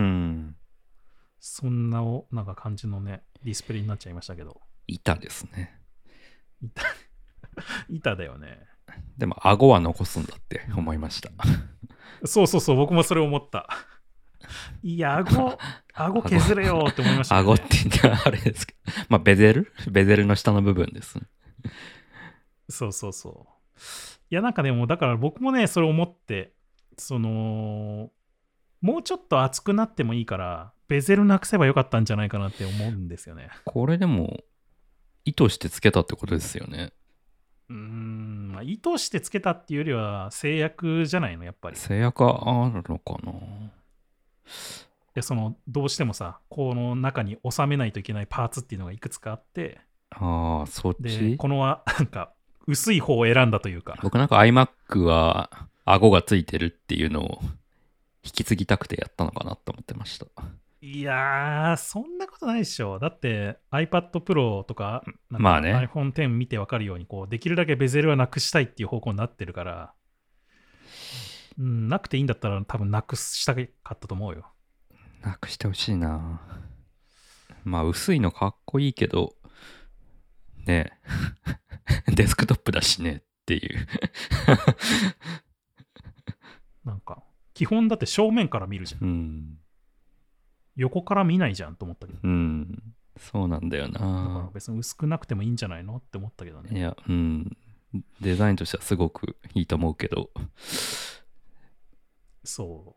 そんなおなんか感じのね、ディスプレイになっちゃいましたけど。 板ですね。 板、板だよね。 でも、顎は残すんだって思いました。 そうそうそう、僕もそれ思った。いや、顎、顎削れよって思いましたね。 顎って言ってあれですけど、まあ、ベゼルベゼルの下の部分です。 そうそうそう。いや、なんかでも、だから僕もね、それ思って、その、もうちょっと厚くなってもいいから、ベゼルなくせばよかったんじゃないかなって思うんですよね。 これでも、意図してつけたってことですよね。 うーん、まあ、意図してつけたっていうよりは、制約じゃないの、やっぱり。 制約はあるのかな。 で、その、どうしてもさ、この中に収めないといけないパーツっていうのがいくつかあって、 ああ、そっで、 ちこのは、なんか、薄い方を選んだというか。 僕なんか iMac は顎がついてるっていうのを引き継ぎたくてやったのかなと思ってました。 いやー、そんなことないでしょ。だって iPad Pro とか、なんかまあね iPhone テン見てわかるように、こう、できるだけベゼルはなくしたいっていう方向になってるから、うん、なくていいんだったら多分なくしたかったと思うよ。 なくしてほしいな。まあ薄いのかっこいいけど、ねえデスクトップだしねっていうなんか、基本だって正面から見るじゃん。 うん。 横から見ないじゃんと思ったけど。 うん。そうなんだよだからな。 別に薄くなくてもいいんじゃないのって思ったけどね。 いや、うん。デザインとしてはすごくいいと思うけど。 そう。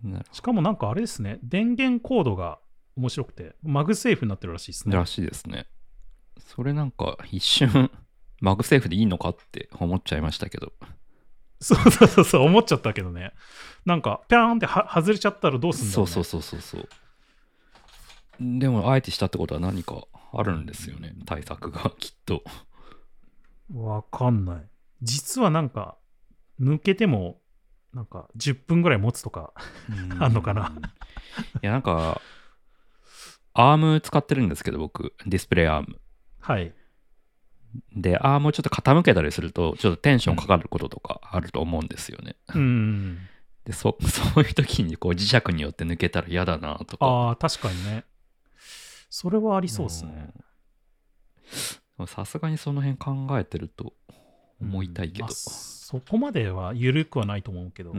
なるしかもなんかあれですね、電源コードが面白くて、マグセーフになってるらしいですね。 らしいですね。それなんか一瞬、マグセーフでいいのかって思っちゃいましたけど。 そうそうそうそう、思っちゃったけどね。なんか、ぴゃーんっては外れちゃったらどうすんだろうね。 そうそうそうそうそう。でも、あえてしたってことは何かあるんですよね。対策がきっと。 わかんない。実はなんか、抜けても、なんかじゅっぷんぐらい持つとかあんのかな。 いや、なんか、アーム使ってるんですけど、僕、ディスプレイアーム。 はい。 で、アームをちょっと傾けたりすると、ちょっとテンションかかることとかあると思うんですよね。 うん。 で、そ、そういう時にこう磁石によって抜けたら嫌だなとか。 ああ、確かにね。それはありそうですね。 さすがにその辺考えてると思いたいけど。 うんまあ、そこまでは緩くはないと思うけど、 うん、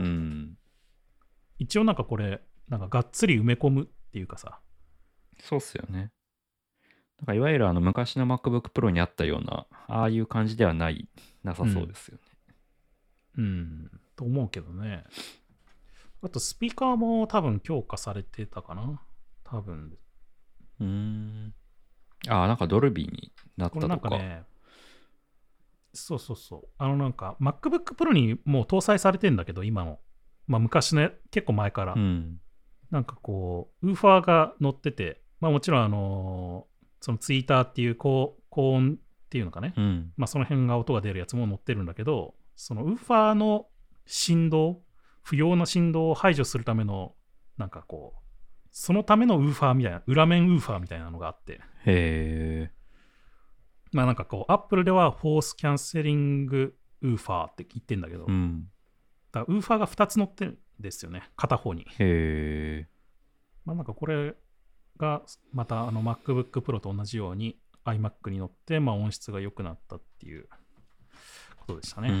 一応なんかこれ、なんかがっつり埋め込むっていうかさ。 そうっすよね。なんかいわゆるあの昔の MacBook Pro にあったような、ああいう感じではない、なさそうですよね。 うん、うん、と思うけどね。あとスピーカーも多分強化されてたかな。多分。 うーん。ああ、なんかドルビーになったとか。 これなんかね、そうそうそう。あのなんか MacBook Pro にもう搭載されてんだけど、今の。まあ昔ね、結構前から。 うん、 なんかこう、ウーファーが乗ってて、まあもちろんあのーそのツイーターっていう高高音っていうのかね。 うん、 まあその辺が音が出るやつも乗ってるんだけど、そのウーファーの振動、不要な振動を排除するための、なんかこう、そのためのウーファーみたいな、裏面ウーファーみたいなのがあって。 へえ。 まあなんかこう、Apple ではフォースキャンセリングウーファーって言ってんだけど、 うん、 だからウーファーがふたつ乗ってるんですよね、片方に。 へえ。 まあなんかこれがまたあの MacBook Pro と同じように iMac に乗って、まあ、音質が良くなったっていうことでしたね。 うん。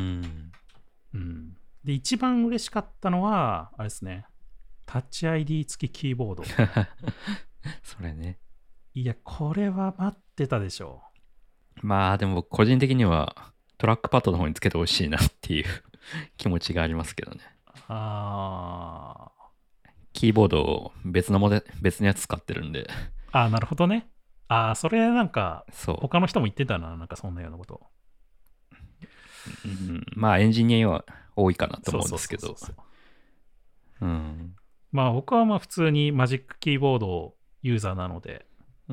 うん、で、一番嬉しかったのは、あれですね、タッチ アイディー 付きキーボード。 それね。 いや、これは待ってたでしょまあでも僕個人的にはトラックパッドの方につけてほしいなっていう気持ちがありますけどね。 あキーボードを別のモデ別のやつ使ってるんで。 あー、なるほどね。ああ、それなんか、 そう。 他の人も言ってたな、なんかそんなようなこと。 うん、まあエンジニアは多いかなと思うんですけど。 まあ僕はまあ普通にマジックキーボードユーザーなので、 うん、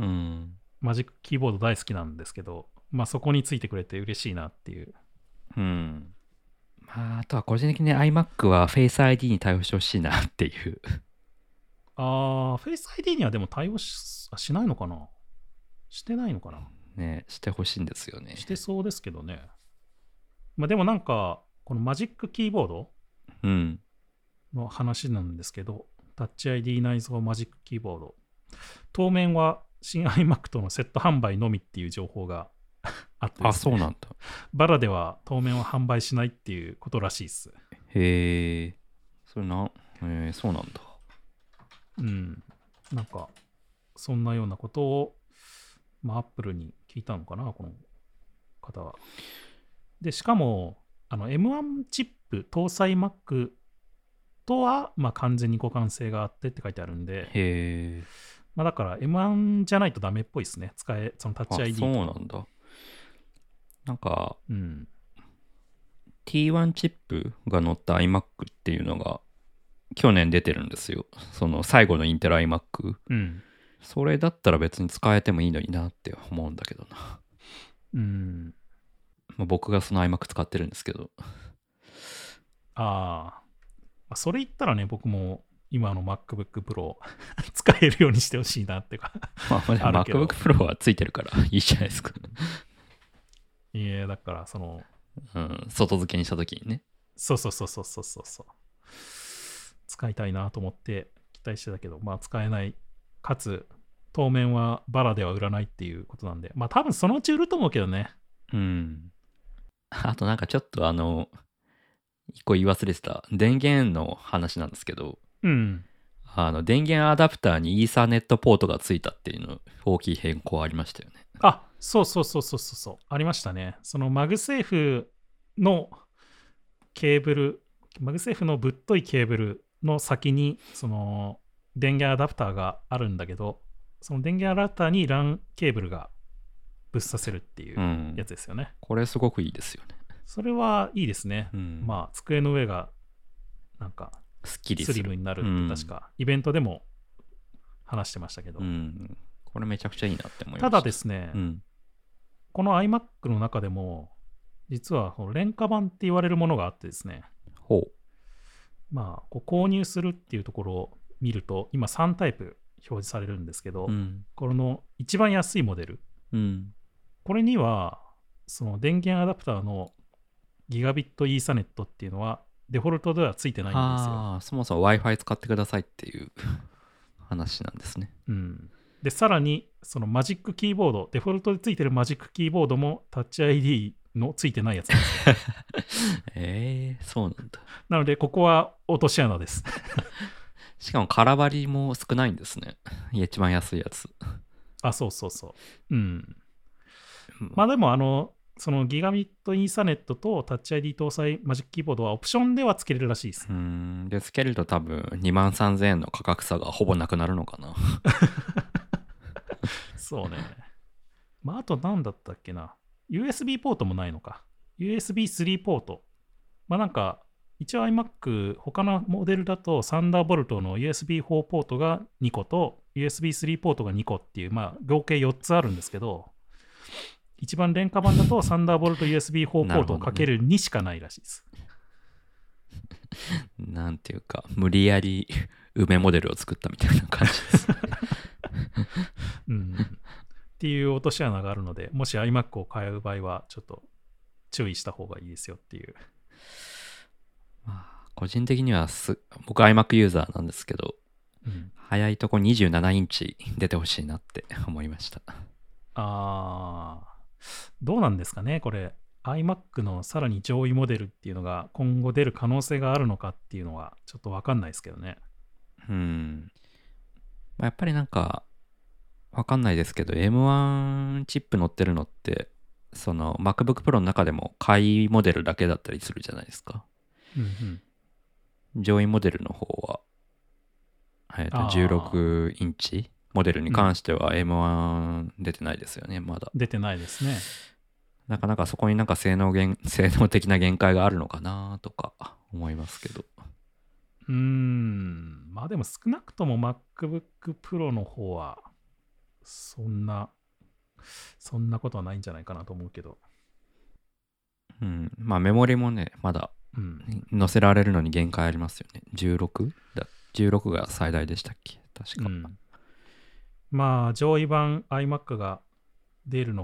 マジックキーボード大好きなんですけど、まあそこについてくれて嬉しいなっていう。 うん。まああとは個人的に iMac は Face アイディー に対応してほしいなっていう。 ああ、Face アイディー にはでも対応 し, しないのかなしてないのかなね、してほしいんですよね。 してそうですけどね。 まあ、でもなんか、このマジックキーボードうんの話なんですけど、タッチ アイディー 内蔵マジックキーボード。当面は新 iMac とのセット販売のみっていう情報があってですね。 あ、そうなんだ。 バラでは当面は販売しないっていうことらしいです。 へえ、それな、えー、そうなんだ。 うん。なんか、そんなようなことを、まあ、Apple に聞いたのかな、この方は。で、しかも、あの エムワン チップ搭載 Mac とは、まあ、完全に互換性があってって書いてあるんで、 へえ。 まあ、だから エムワン じゃないとダメっぽいですね。使え、そのタッチ アイディー とか。 そうなんだ。なんか、 うん、 ティーワン チップが載った iMac っていうのが去年出てるんですよ。その最後のインテル iMac。 うん。 それだったら別に使えてもいいのになって思うんだけどな。 うん。 まあ、僕がその iMac 使ってるんですけど。 ああ。それ言ったらね、僕も今の MacBook Pro 使えるようにしてほしいなっていうかまあ、MacBook Pro はついてるからいいじゃないですか。 いや、だからその、 うん、外付けにした時にね。 そうそうそうそうそうそうそう。使いたいなと思って期待してたけど、まあ使えない。かつ、当面はバラでは売らないっていうことなんで、まあ多分そのうち売ると思うけどね。 うん。あとなんかちょっとあの、一個言い忘れてた電源の話なんですけど、 うん。 あの電源アダプターにイーサネットポートがついたっていうの大きい変更ありましたよね。 あ、そうそうそうそうそうそう。ありましたね。そのマグセーフのケーブル、マグセーフのぶっといケーブルの先に、その電源アダプターがあるんだけど、その電源アダプターに ラン ケーブルがぶっ刺せるっていうやつですよね。 うん、これすごくいいですよね。 それはいいですね。 うん、 まあ、机の上がなんかスッキリスリムになるって確かイベントでも話してましたけど、 うん、これめちゃくちゃいいなって思いました。 ただですね、うん、この iMac の中でも実は廉価版って言われるものがあってですね、 ほう、 まあこう購入するっていうところを見ると今さんタイプ表示されるんですけど、うん、この一番安いモデル、うん、これにはその電源アダプターのギガビットイーサネットっていうのはデフォルトではついてないんですよ。 ああ、そもそも Wi-Fi 使ってくださいっていう話なんですね。 うん。で、さらに、そのマジックキーボード、デフォルトでついてるマジックキーボードもタッチ アイディー のついてないやつなんですよ。 えー、そうなんだ。 なので、ここは落とし穴です。 しかも空張りも少ないんですね。一番安いやつ。 あ、そうそうそう。うん。まあでも、あの、そのギガビットイーサネットとタッチ アイディー 搭載マジックキーボードはオプションではつけれるらしいです。 うん。で、つけると多分にまんさんぜんえんの価格差がほぼなくなるのかな。 そうね。まあ、あと何だったっけな。ユーエスビー ポートもないのか。ユーエスビースリー ポート。まあなんか、一応 iMac、他のモデルだとサンダーボルトの ユーエスビーフォー ポートがにことユーエスビースリー ポートがにこっていう、まあ合計よっつあるんですけど、一番廉価版だとサンダーボルト ユーエスビーフォー ポートをかけるにしかないらしいです。 なんていうか、無理やり梅モデルを作ったみたいな感じです、ね。 うん。っていう落とし穴があるので、もし iMac を買う場合は、ちょっと注意した方がいいですよっていう。 まあ、個人的にはす、僕 iMac ユーザーなんですけど、うん、早いとこにじゅうななインチ出てほしいなって思いました。 あー、どうなんですかね、これ。iMac のさらに上位モデルっていうのが今後出る可能性があるのかっていうのはちょっとわかんないですけどね。 うん。まあ、やっぱりなんか、わかんないですけど、エムワン チップ乗ってるのって、その MacBook Pro の中でも下位モデルだけだったりするじゃないですか。 うんうん、上位モデルの方は、えー、とじゅうろくインチモデルに関しては エムワン 出てないですよね、うん、まだ。 出てないですね。 なかなかそこになんか性能限性能的な限界があるのかなとか思いますけど。 うーん、まあでも少なくとも MacBook Pro の方はそんなそんなことはないんじゃないかなと思うけど。 うん、まあメモリもね、まだ載せられるのに限界ありますよね。じゅうろく? だじゅうろくが最大でしたっけ確か、うん。 まあ上位版 iMac が出るのか、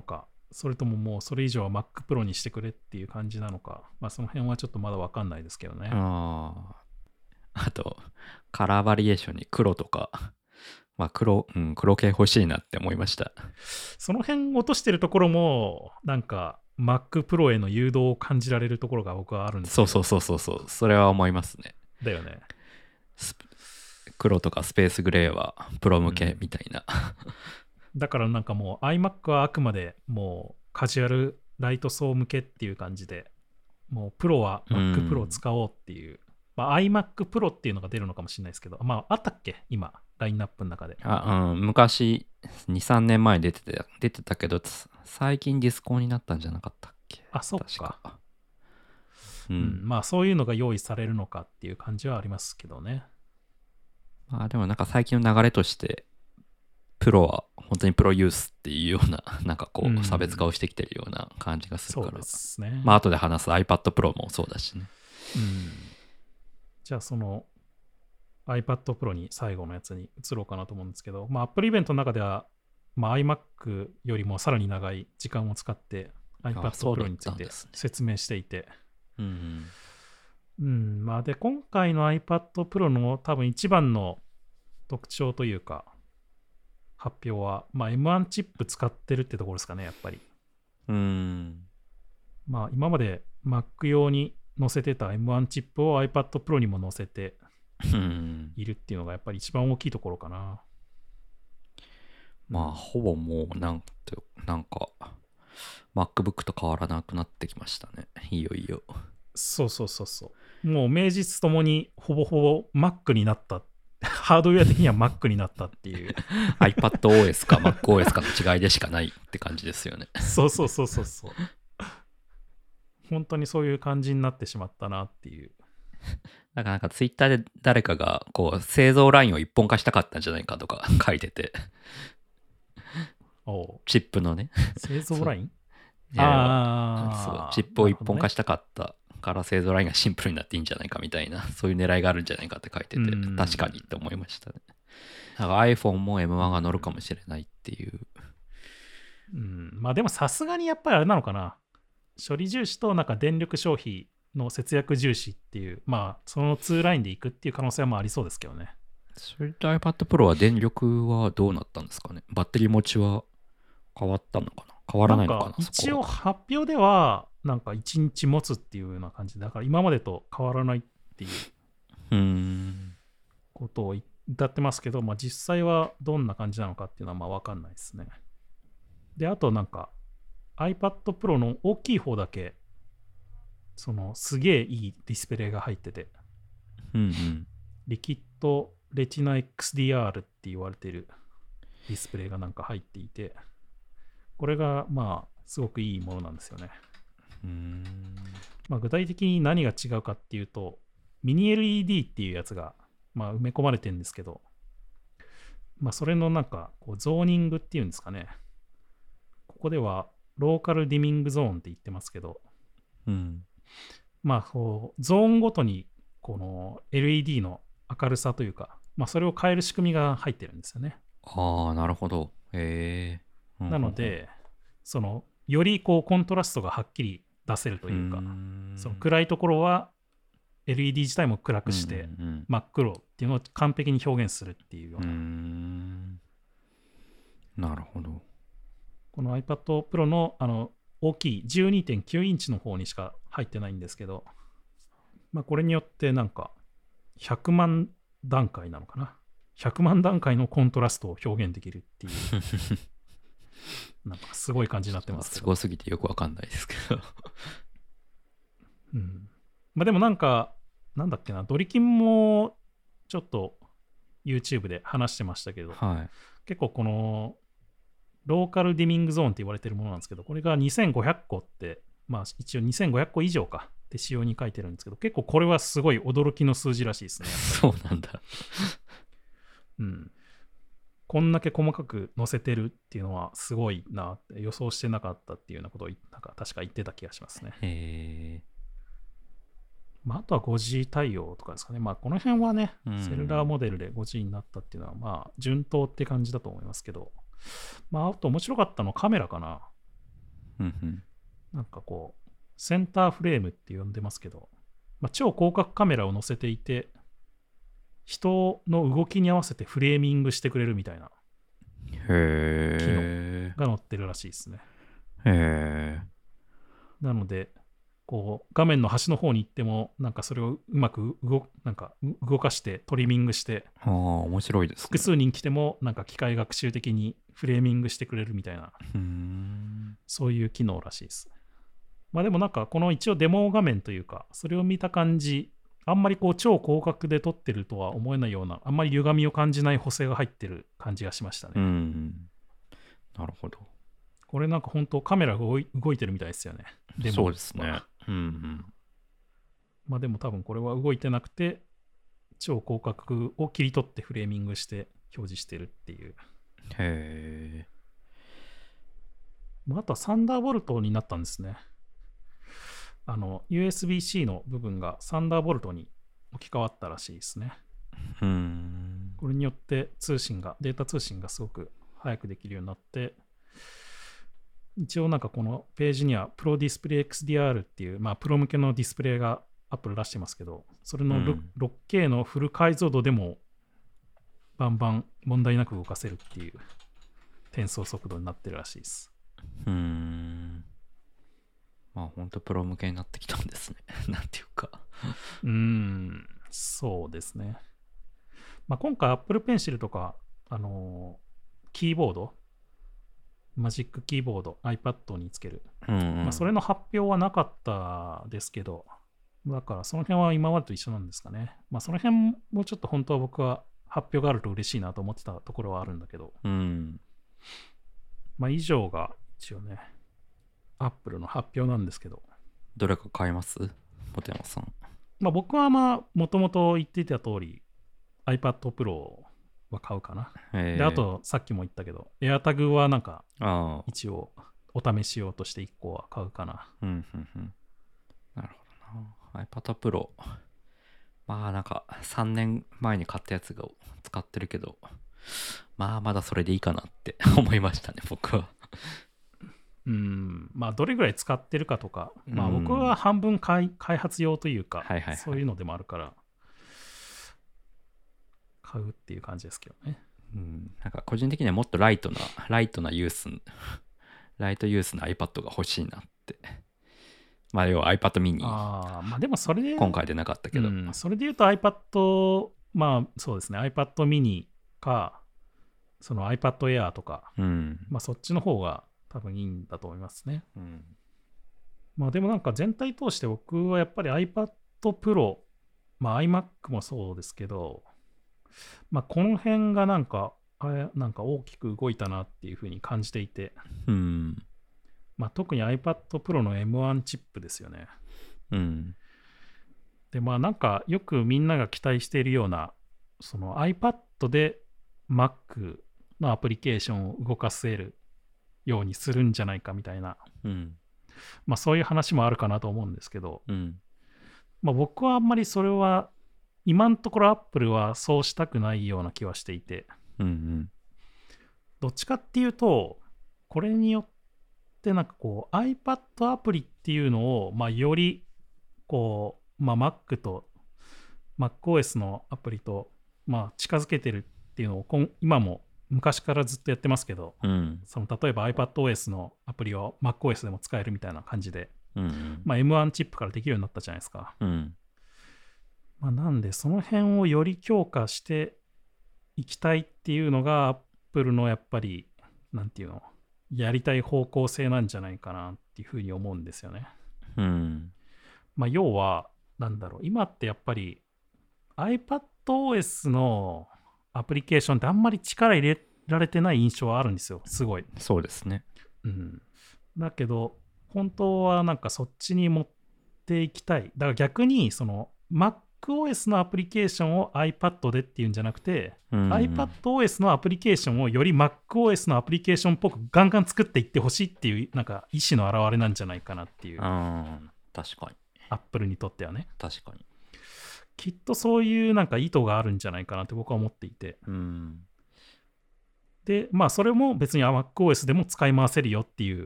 それとももうそれ以上は Mac Pro にしてくれっていう感じなのか、まあその辺はちょっとまだわかんないですけどね。 ああ。あと、カラーバリエーションに黒とか、まあ黒、うん、黒系欲しいなって思いました。 その辺落としてるところも、なんか Mac Pro への誘導を感じられるところが僕はあるんですけど。 そうそうそうそうそう、それは思いますね。 だよね。 黒とかスペースグレーはプロ向けみたいな。 うん、だからなんかもう iMac はあくまでもうカジュアルライト層向けっていう感じで、もうプロは Mac Pro を使おうっていう、うん、まあ、iMac Pro っていうのが出るのかもしれないですけど、まああったっけ今ラインナップの中で。 あ、うん、昔にさんねんまえ出てて出てたけど、最近ディスコになったんじゃなかったっけ。 あ、そうか。 か、 うん、うん、まあそういうのが用意されるのかっていう感じはありますけどね。 まあでもなんか最近の流れとしてプロは本当にプロユースっていうようななんかこう差別化をしてきてるような感じがするから、うん、そうですね。まあ後で話す iPad Pro もそうだしね。 うん、じゃあその iPad Pro に最後のやつに移ろうかなと思うんですけど、まあ Apple イベントの中では、まあ、iMac よりもさらに長い時間を使って iPad Pro について説明していて、 うん、 うん、まあで今回の iPad Pro の多分一番の特徴というか発表は、まあ、エムワン チップ使ってるってところですかね、やっぱり。 うん。 まあ今まで Mac 用に載せてた エムワン チップを iPad Pro にも載せているっていうのがやっぱり一番大きいところかな。 まあほぼもうなんてなんか MacBook と変わらなくなってきましたね。いよいよ。 そうそうそうそう。もう名実ともにほぼほぼ Mac になった。ハードウェア的には Mac になったっていう。 iPadOS か MacOS かの違いでしかないって感じですよね。 そうそうそうそうそう。本当にそういう感じになってしまったなっていう。 なんかなんかツイッターで誰かがこう製造ラインを一本化したかったんじゃないかとか書いてて。 おチップのね。 製造ラインああ。そう、チップを一本化したかったから製造ラインがシンプルになっていいんじゃないかみたいな、そういう狙いがあるんじゃないかって書いてて、確かにって思いましたね。なんか iPhone も エムワン が乗るかもしれないっていう。 うん、まあでもさすがにやっぱりあれなのかな。処理重視となんか電力消費の節約重視っていう、まあそのツーラインでいくっていう可能性もありそうですけどね。 それと iPad Pro は電力はどうなったんですかね。バッテリー持ちは変わったのかな、変わらないのかな。なんか一応発表ではなんかいちにち持つっていうような感じで、だから今までと変わらないっていうことを歌ってますけど、まあ、実際はどんな感じなのかっていうのはまあ分かんないですね。で、あとなんか iPad Pro の大きい方だけそのすげえいいディスプレイが入ってて、 うんうん、 リキッドレティナ エックスディーアール って言われてるディスプレイがなんか入っていて、これがまあすごくいいものなんですよね。 うーん、 まあ、具体的に何が違うかっていうと、ミニ エルイーディー っていうやつがまあ埋め込まれてるんですけど、まあ、それのなんかこうゾーニングっていうんですかね。ここではローカルディミングゾーンって言ってますけど、 うん、 まあこうゾーンごとにこの エルイーディー の明るさというか、まあ、それを変える仕組みが入ってるんですよね。 ああ、なるほど。へえ。 なので、そのよりこうコントラストがはっきり出せるというか、うその暗いところは エルイーディー 自体も暗くして、真っ黒っていうのを完璧に表現するっていうような。うーん、なるほど。 この iPad Pro のあの大きい じゅうにてんきゅう インチの方にしか入ってないんですけど、まあ、これによってなんかひゃくまん段階なのかな。ひゃくまん段階のコントラストを表現できるっていう。なんかすごい感じになってますけど。 すごすぎてよくわかんないですけど。 うん。まあでもなんか、なんだっけな、ドリキンもちょっと YouTube で話してましたけど、 はい、 結構このローカルディミングゾーンって言われてるものなんですけど、これがにせんごひゃっこって、まあ一応にせんごひゃっこ以上かって仕様に書いてるんですけど、結構これはすごい驚きの数字らしいですね。 そうなんだ。 うん。こんだけ細かく載せてるっていうのはすごいなって予想してなかったっていうようなことをなんか確か言ってた気がしますね。 へー。 まあ、あとは ファイブジー 対応とかですかね。まあこの辺はね、セルラーモデルで ファイブジー になったっていうのはまあ順当って感じだと思いますけど、まああと面白かったのはカメラかな。 うんうん、 なんかこうセンターフレームって呼んでますけど、まあ、超広角カメラを載せていて人の動きに合わせてフレーミングしてくれるみたいな機能が載ってるらしいですね。 へー。 なのでこう画面の端の方に行ってもなんかそれをうまく動なんか動かしてトリミングして、 ああ面白いですね。 複数人来てもなんか機械学習的にフレーミングしてくれるみたいな、 うーん、 そういう機能らしいです。まあでもなんかこの一応デモ画面というかそれを見た感じ、あんまりこう超広角で撮ってるとは思えないような、あんまり歪みを感じない補正が入ってる感じがしましたね。 うん、なるほど。 これなんか本当カメラが動い、動いてるみたいですよね。デモそうですね。うんうん。 まあでも多分これは動いてなくて超広角を切り取ってフレーミングして表示してるっていう。 へえ。 まあ、あとはサンダーボルトになったんですね。あの ユーエスビー-C の部分がサンダーボルトに置き換わったらしいですね。 うん。 これによって通信がデータ通信がすごく早くできるようになって、一応なんかこのページにはプロディスプレイ エックスディーアール っていう、まあ、プロ向けのディスプレイがアップル出してますけど、それの 6,、うん、ろくケー のフル解像度でもバンバン問題なく動かせるっていう転送速度になってるらしいです。 うーん。まあ本当プロ向けになってきたんですね。なんていうかうーん、そうですね。まあ、今回 Apple Pencil とか、あのー、キーボード、マジックキーボード、iPad につける。 うんうん、 まあ、それの発表はなかったですけど、だからその辺は今までと一緒なんですかね。まあその辺もちょっと本当は僕は発表があると嬉しいなと思ってたところはあるんだけど、 うん、 まあ以上が一応ね、Apple の発表なんですけど。 どれか買います？本山さん。 まあ僕はまあもともと言っていた通り iPad Pro は買うかな。で、あとさっきも言ったけど、AirTag はなんか一応お試し用としていっこは買うかな。 うんうんうん。なるほどな。iPad Pro。まあなんかさんねんまえに買ったやつが使ってるけど、まあまだそれでいいかなって思いましたね、僕は。 うん、まあどれぐらい使ってるかとか、まあ僕は半分開発用というか、 はいはいはい、 そういうのでもあるから買うっていう感じですけどね。 うん、なんか個人的にはもっとライトなライトなユースライトユースの iPad が欲しいなって。まあ要は iPad mini。 ああ、まあでもそれで今回でなかったけど、うん、 それで言うと iPad、まあそうですね iPad mini かその iPad Air とか、 うん、 まあそっちの方が多分いいんだと思いますね。 うん、 まあでもなんか全体通して僕はやっぱり iPad Pro、まあ iMac もそうですけど、まあこの辺がなんか、あなんか大きく動いたなっていうふうに感じていて、 うん、 まあ特に iPad Pro の エムワン チップですよね。 うん。 でまあなんかよくみんなが期待しているような、その iPad で Mac のアプリケーションを動かせるようにするんじゃないかみたいな、 うん、 まあそういう話もあるかなと思うんですけど、 うん、 まあ僕はあんまりそれは今のところ Apple はそうしたくないような気はしていて、 うんうん、 どっちかっていうとこれによってなんかこう iPad アプリっていうのをまあよりこう、まあ、Mac と MacOS のアプリとまあ近づけてるっていうのを今も昔からずっとやってますけど、 うん、 その例えば iPadOS のアプリを MacOS でも使えるみたいな感じで、 うんうん、 まあ、エムワン チップからできるようになったじゃないですか。 うんまあ、なんでその辺をより強化していきたいっていうのが Apple のやっぱりなんていうのやりたい方向性なんじゃないかなっていうふうに思うんですよね。 うん、 まあ、要はなんだろう今ってやっぱり iPadOS のアプリケーションってあんまり力入れられてない印象はあるんですよ、すごい。 そうですね。 うん。だけど、本当はなんかそっちに持っていきたい。だから逆に、その MacOS のアプリケーションを iPad でっていうんじゃなくて、うん、iPadOS のアプリケーションをより MacOS のアプリケーションっぽくガンガン作っていってほしいっていう、なんか意思の表れなんじゃないかなっていう。 うん、確かに。 Apple にとってはね。 確かに。 きっとそういうなんか意図があるんじゃないかなって僕は思っていて、 うん、 でまあそれも別に MacOS でも使い回せるよっていう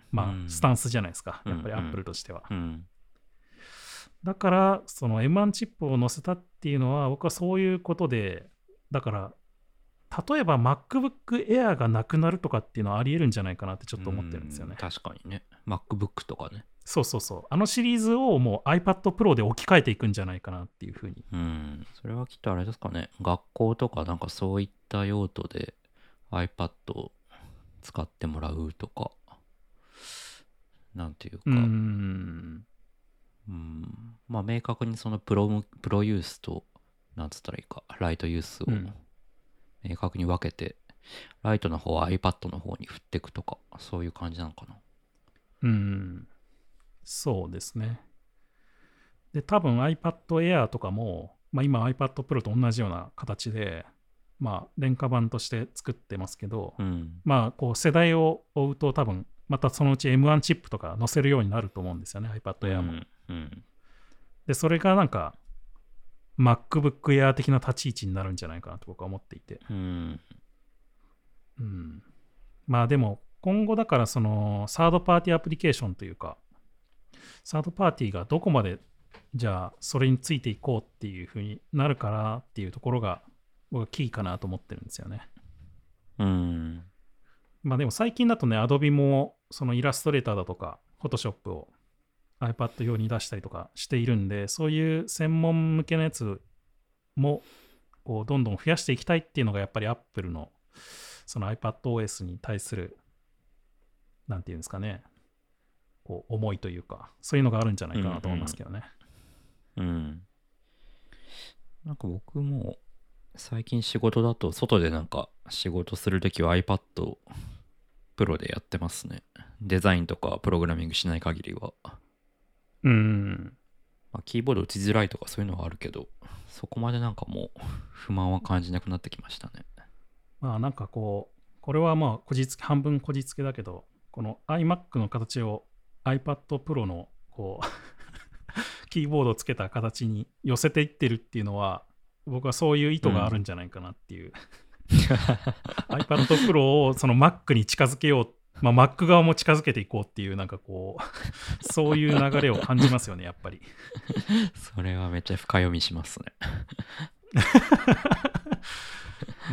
まあ、 うん、 スタンスじゃないですか、やっぱりうんうん、 Apple としては。 うん、 だから、その エムワン チップを載せたっていうのは、僕はそういうことで、だから、例えば MacBook Air がなくなるとかっていうのはありえるんじゃないかなってちょっと思ってるんですよね。 確かにね。MacBook とかね。 そうそうそう。あのシリーズをもう iPad Pro で置き換えていくんじゃないかなっていうふうに。 うん。それはきっとあれですかね。学校とかなんかそういった用途で iPad を使ってもらうとか、なんていうか、 うーん。 うん、まあ明確にそのプロ、プロユースと、なんつったらいいか、ライトユースを明確に分けて、うん、ライトの方は iPad の方に振っていくとか、そういう感じなのかな。 うん。そうですね。で、多分 iPad Air とかも、まあ、今 iPad Pro と同じような形で、まあ、廉価版として作ってますけど、 うん、 まあ、こう世代を追うと多分、またそのうち エムワン チップとか載せるようになると思うんですよね、iPad Air も。 うんうん、 で、それがなんか、MacBook Air 的な立ち位置になるんじゃないかなと僕は思っていて。 うん、 うん、まあでも、今後だからその、サードパーティーアプリケーションというか、サードパーティーがどこまでじゃあそれについていこうっていう風になるからっていうところが僕はキーかなと思ってるんですよね。 うん。 まあでも最近だとね、Adobe もそのイラストレーターだとか Photoshop を iPad 用に出したりとかしているんで、そういう専門向けのやつもこうどんどん増やしていきたいっていうのがやっぱり Apple のその iPadOS に対するなんていうんですかね、こう思いというか、そういうのがあるんじゃないかなと思いますけどね。 うん、うん。なんか僕も最近仕事だと外でなんか仕事するときは iPad Pro でやってますね。デザインとかプログラミングしない限りは。 うん。 まあ、キーボード打ちづらいとかそういうのはあるけど、そこまでなんかもう不満は感じなくなってきましたね。 まあなんかこう、これはまあこじつけ、半分こじつけだけど、この iMac の形を iPad Pro のこうキーボードをつけた形に寄せていってるっていうのは、僕はそういう意図があるんじゃないかなっていう。うん、iPad Pro をその Mac に近づけよう、まあ、Mac 側も近づけていこうっていう、なんかこう、そういう流れを感じますよね、やっぱり。 それはめっちゃ深読みしますね。 うん、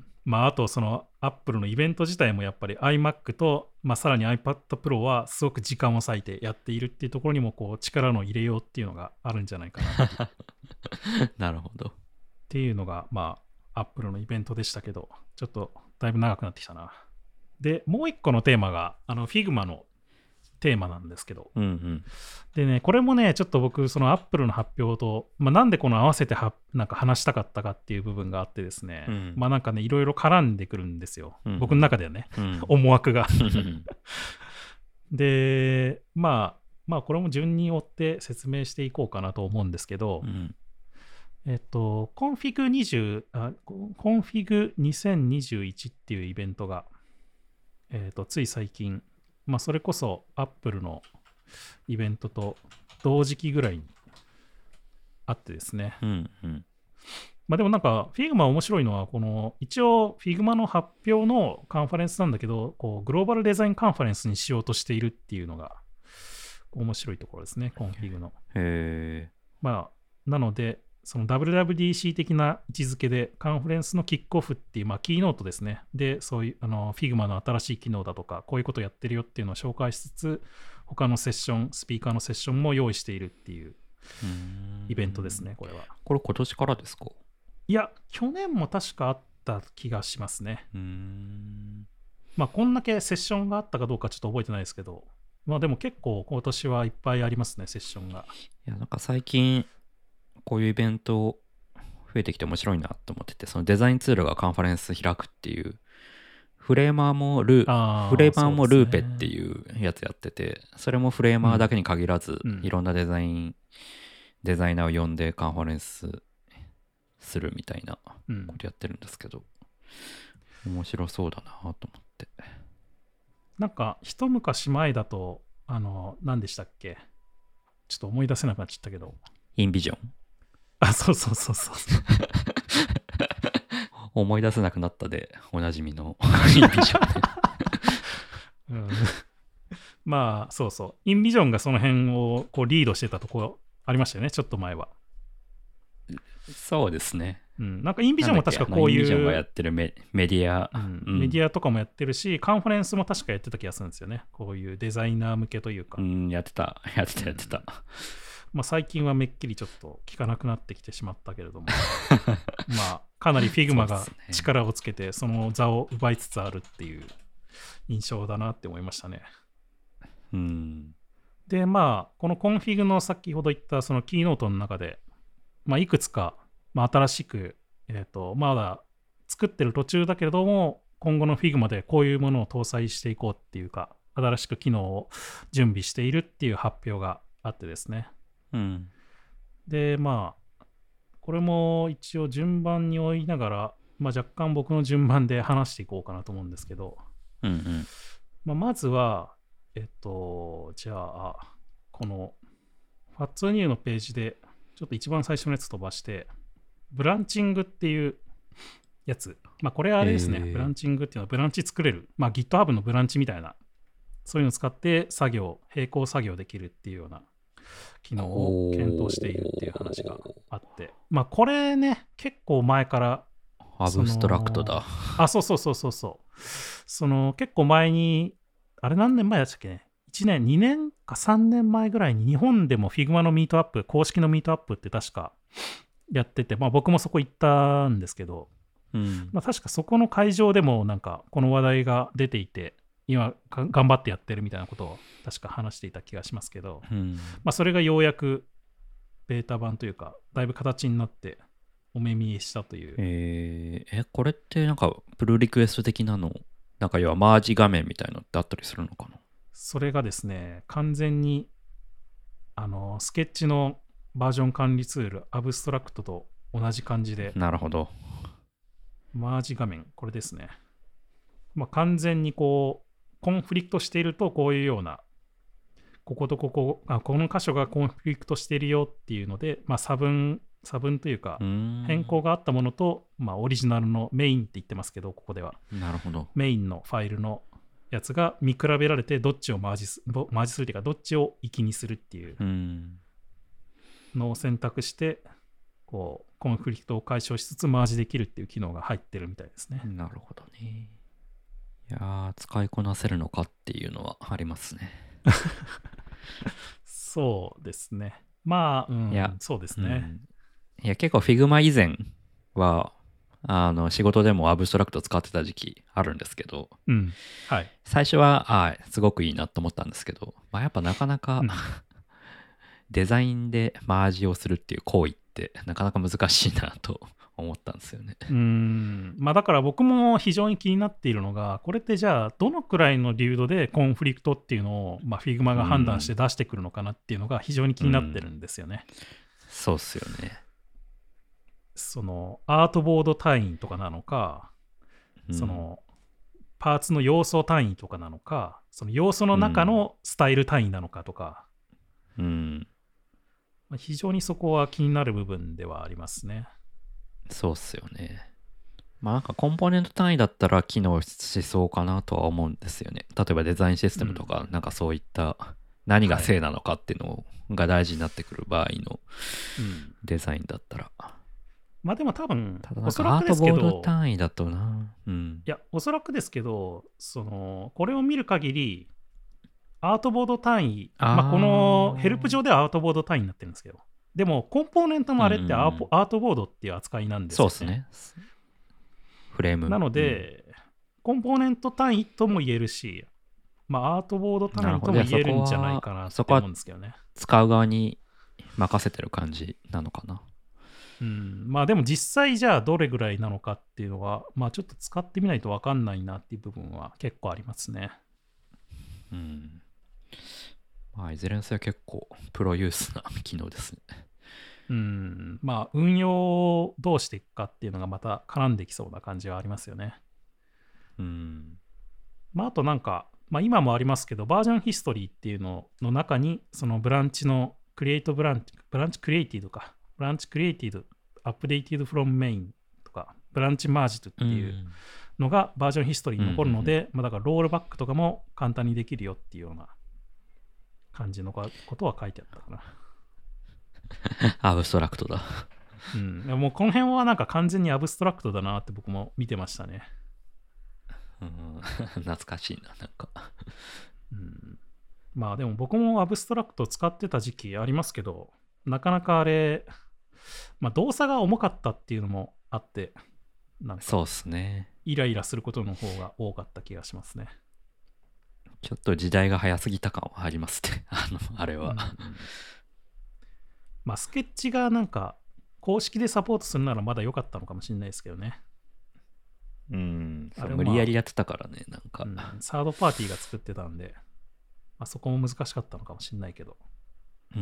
まああとその Apple のイベント自体もやっぱり iMac と、まあ、さらに iPad Pro はすごく時間を割いてやっているっていうところにもこう力の入れようっていうのがあるんじゃないかななるほど。 っていうのがまあ Apple のイベントでしたけど、ちょっとだいぶ長くなってきたな。でもう一個のテーマがあの Figma のテーマなんですけど、 うんうん、 でね、これもね、ちょっと僕、そのアップルの発表と、まあ、なんでこの合わせてはなんか話したかったかっていう部分があってですね、うん、まあなんかね、いろいろ絡んでくるんですよ。うん、僕の中ではね、うん、思惑が。で、まあ、まあこれも順に追って説明していこうかなと思うんですけど、うん、えっと、コンフィグにじゅう、あ、コンフィグにせんにじゅういちっていうイベントが、えっと、つい最近、まあそれこそアップルのイベントと同時期ぐらいにあってですね。 うんうん、 まあでもなんか Figma 面白いのは、この一応 Figma の発表のカンファレンスなんだけど、こうグローバルデザインカンファレンスにしようとしているっていうのが面白いところですね、コンフィグの。 へー。 まあなので、その ダブリューダブリューディーシー 的な位置づけでカンファレンスのキックオフっていう、まあ、キーノートですね。で、そういうあの Figma の新しい機能だとか、こういうことやってるよっていうのを紹介しつつ、他のセッション、スピーカーのセッションも用意しているっていうイベントですね、これは。 これ今年からですか？ いや、去年も確かあった気がしますね。うーん、まあ、こんだけセッションがあったかどうかちょっと覚えてないですけど、まあでも結構今年はいっぱいありますね、セッションが。 いや、なんか最近、こういうイベント増えてきて面白いなと思ってて、そのデザインツールがカンファレンス開くっていう、フレーマーもルー、フレーマーもルーペっていうやつやってて、それもフレーマーだけに限らず、うん、いろんなデザイン、デザイナーを呼んでカンファレンスするみたいなことやってるんですけど、うん、面白そうだなと思って。 なんか一昔前だと、あの、何でしたっけ？ちょっと思い出せなくなっちゃったけど。 インビジョン？ あ、そうそうそうそう。 思い出せなくなったでおなじみのインビジョン、ね。 うん、 まあそうそう、インビジョンがその辺をこうリードしてたところありましたよね、ちょっと前は。 そうですね。 うん、なんかインビジョンも確かこういう、インビジョンがやってる メ, メディア、 うんうん、メディアとかもやってるし、カンファレンスも確かやってた気がするんですよね。こういうデザイナー向けというか。 うん、やってた、やってた、やってた。うん、 まあ、最近はめっきりちょっと聞かなくなってきてしまったけれども、まあかなり Figma が力をつけてその座を奪いつつあるっていう印象だなって思いましたね。 うん、 でまあこのコンフィグの先ほど言ったそのキーノートの中で、まあ、いくつか、まあ、新しく、えーと、まだ作ってる途中だけれども今後の Figma でこういうものを搭載していこうっていうか新しく機能を準備しているっていう発表があってですね、 うん、 でまあこれも一応順番に追いながら、まあ、若干僕の順番で話していこうかなと思うんですけど、 うんうんまあ、まずはえっとじゃあこの ファッツー ニューのページでちょっと一番最初のやつ飛ばしてブランチングっていうやつ、まあこれはあれですね、えー、ブランチングっていうのはブランチ作れる、まあ GitHub のブランチみたいなそういうのを使って作業並行作業できるっていうような機能を検討しているっていう話があって、まあこれね結構前からアブストラクトだ。 あ、そうそうそうそうそう。その結構前にあれ何年前だったっけね、いちねんにねんかさんねんまえぐらいに日本でも Figma のミートアップ公式のミートアップって確かやってて、まあ僕もそこ行ったんですけど、 うんまあ、確かそこの会場でもなんかこの話題が出ていて今頑張ってやってるみたいなことを確か話していた気がしますけど、 うんまあ、それがようやくベータ版というかだいぶ形になってお目見えしたという。 えー、えこれってなんかプルリクエスト的なのなんか要はマージ画面みたいのってあったりするのかな。 それがですね完全にあのスケッチのバージョン管理ツールアブストラクトと同じ感じで。 なるほど。 マージ画面これですね、まあ、完全にこうコンフリクトしているとこういうようなこことここあこの箇所がコンフリクトしているよっていうので、まあ、差分差分というか変更があったものと、まあ、オリジナルのメインって言ってますけどここではなるほどメインのファイルのやつが見比べられてどっちをマージすマージするというかどっちを域にするっていうのを選択してこうコンフリクトを解消しつつマージできるっていう機能が入ってるみたいですね。 なるほどね。いやー使いこなせるのかっていうのはありますね。 そうですね。まあ、うん、 いやそうですね。 うん、いや結構 Figma 以前はあの仕事でもアブストラクト使ってた時期あるんですけど、 うんはい、 最初はあすごくいいなと思ったんですけど、まあ、やっぱなかなか、うん、デザインでマージをするっていう行為ってなかなか難しいなと思ったんですよね。 うーんまあだから僕も非常に気になっているのがこれってじゃあどのくらいの流度でコンフリクトっていうのを、まあ、Figma が判断して出してくるのかなっていうのが非常に気になってるんですよね。 うん、そうっすよね。 そのアートボード単位とかなのか、うん、そのパーツの要素単位とかなのかその要素の中のスタイル単位なのかとか、 うんまあ、非常にそこは気になる部分ではありますね。 そうっすよね。まあなんかコンポーネント単位だったら機能しそうかなとは思うんですよね。例えばデザインシステムとか、うん、なんかそういった何が正なのかっていうのが大事になってくる場合のデザインだったら、うん、 まあでも多分ただなんかアートボード単位だとな、うん、 いやおそらくですけどそのこれを見る限りアートボード単位あ、まあ、このヘルプ上ではアートボード単位になってるんですけどでもコンポーネントもあれってアー、うん、アートボードっていう扱いなんですよね。 そうですね。フレームなので、うん、コンポーネント単位とも言えるし、まあ、アートボード単位とも言えるんじゃないかなと思うんですけどね。 使う側に任せてる感じなのかな。 うん、まあでも実際じゃあどれぐらいなのかっていうのは、まあちょっと使ってみないと分かんないなっていう部分は結構ありますね。 うん。まあいずれにせよ結構プロユースな機能ですね。 うん、まあ運用をどうしていくかっていうのがまた絡んできそうな感じはありますよね。 うん。 まああとなんか、まあ今もありますけど、バージョンヒストリーっていうのの中に、そのブランチのクリエイトブランチ、ブランチクリエイティドか、ブランチクリエイティド、アップデーティドフロムメインとか、ブランチマージドっていうのがバージョンヒストリーに残るので、うんうんうん、まあだからロールバックとかも簡単にできるよっていうような感じのことは書いてあったかな。 アブストラクトだ。 うん、もうこの辺はなんか完全にアブストラクトだなって僕も見てましたね。 うん、懐かしいな、なんか。 うん、まあでも僕もアブストラクト使ってた時期ありますけど、なかなかあれ、まあ、動作が重かったっていうのもあって、なんかそうっすね。 イライラすることの方が多かった気がしますね。 ちょっと時代が早すぎた感はありますね。あの、あれは。うん、 まあ、スケッチがなんか公式でサポートするならまだ良かったのかもしれないですけどね。 うん、あれ、まあ、無理やりやってたからね、なんか、 うん。サードパーティーが作ってたんで、まあ、そこも難しかったのかもしれないけど。 うん。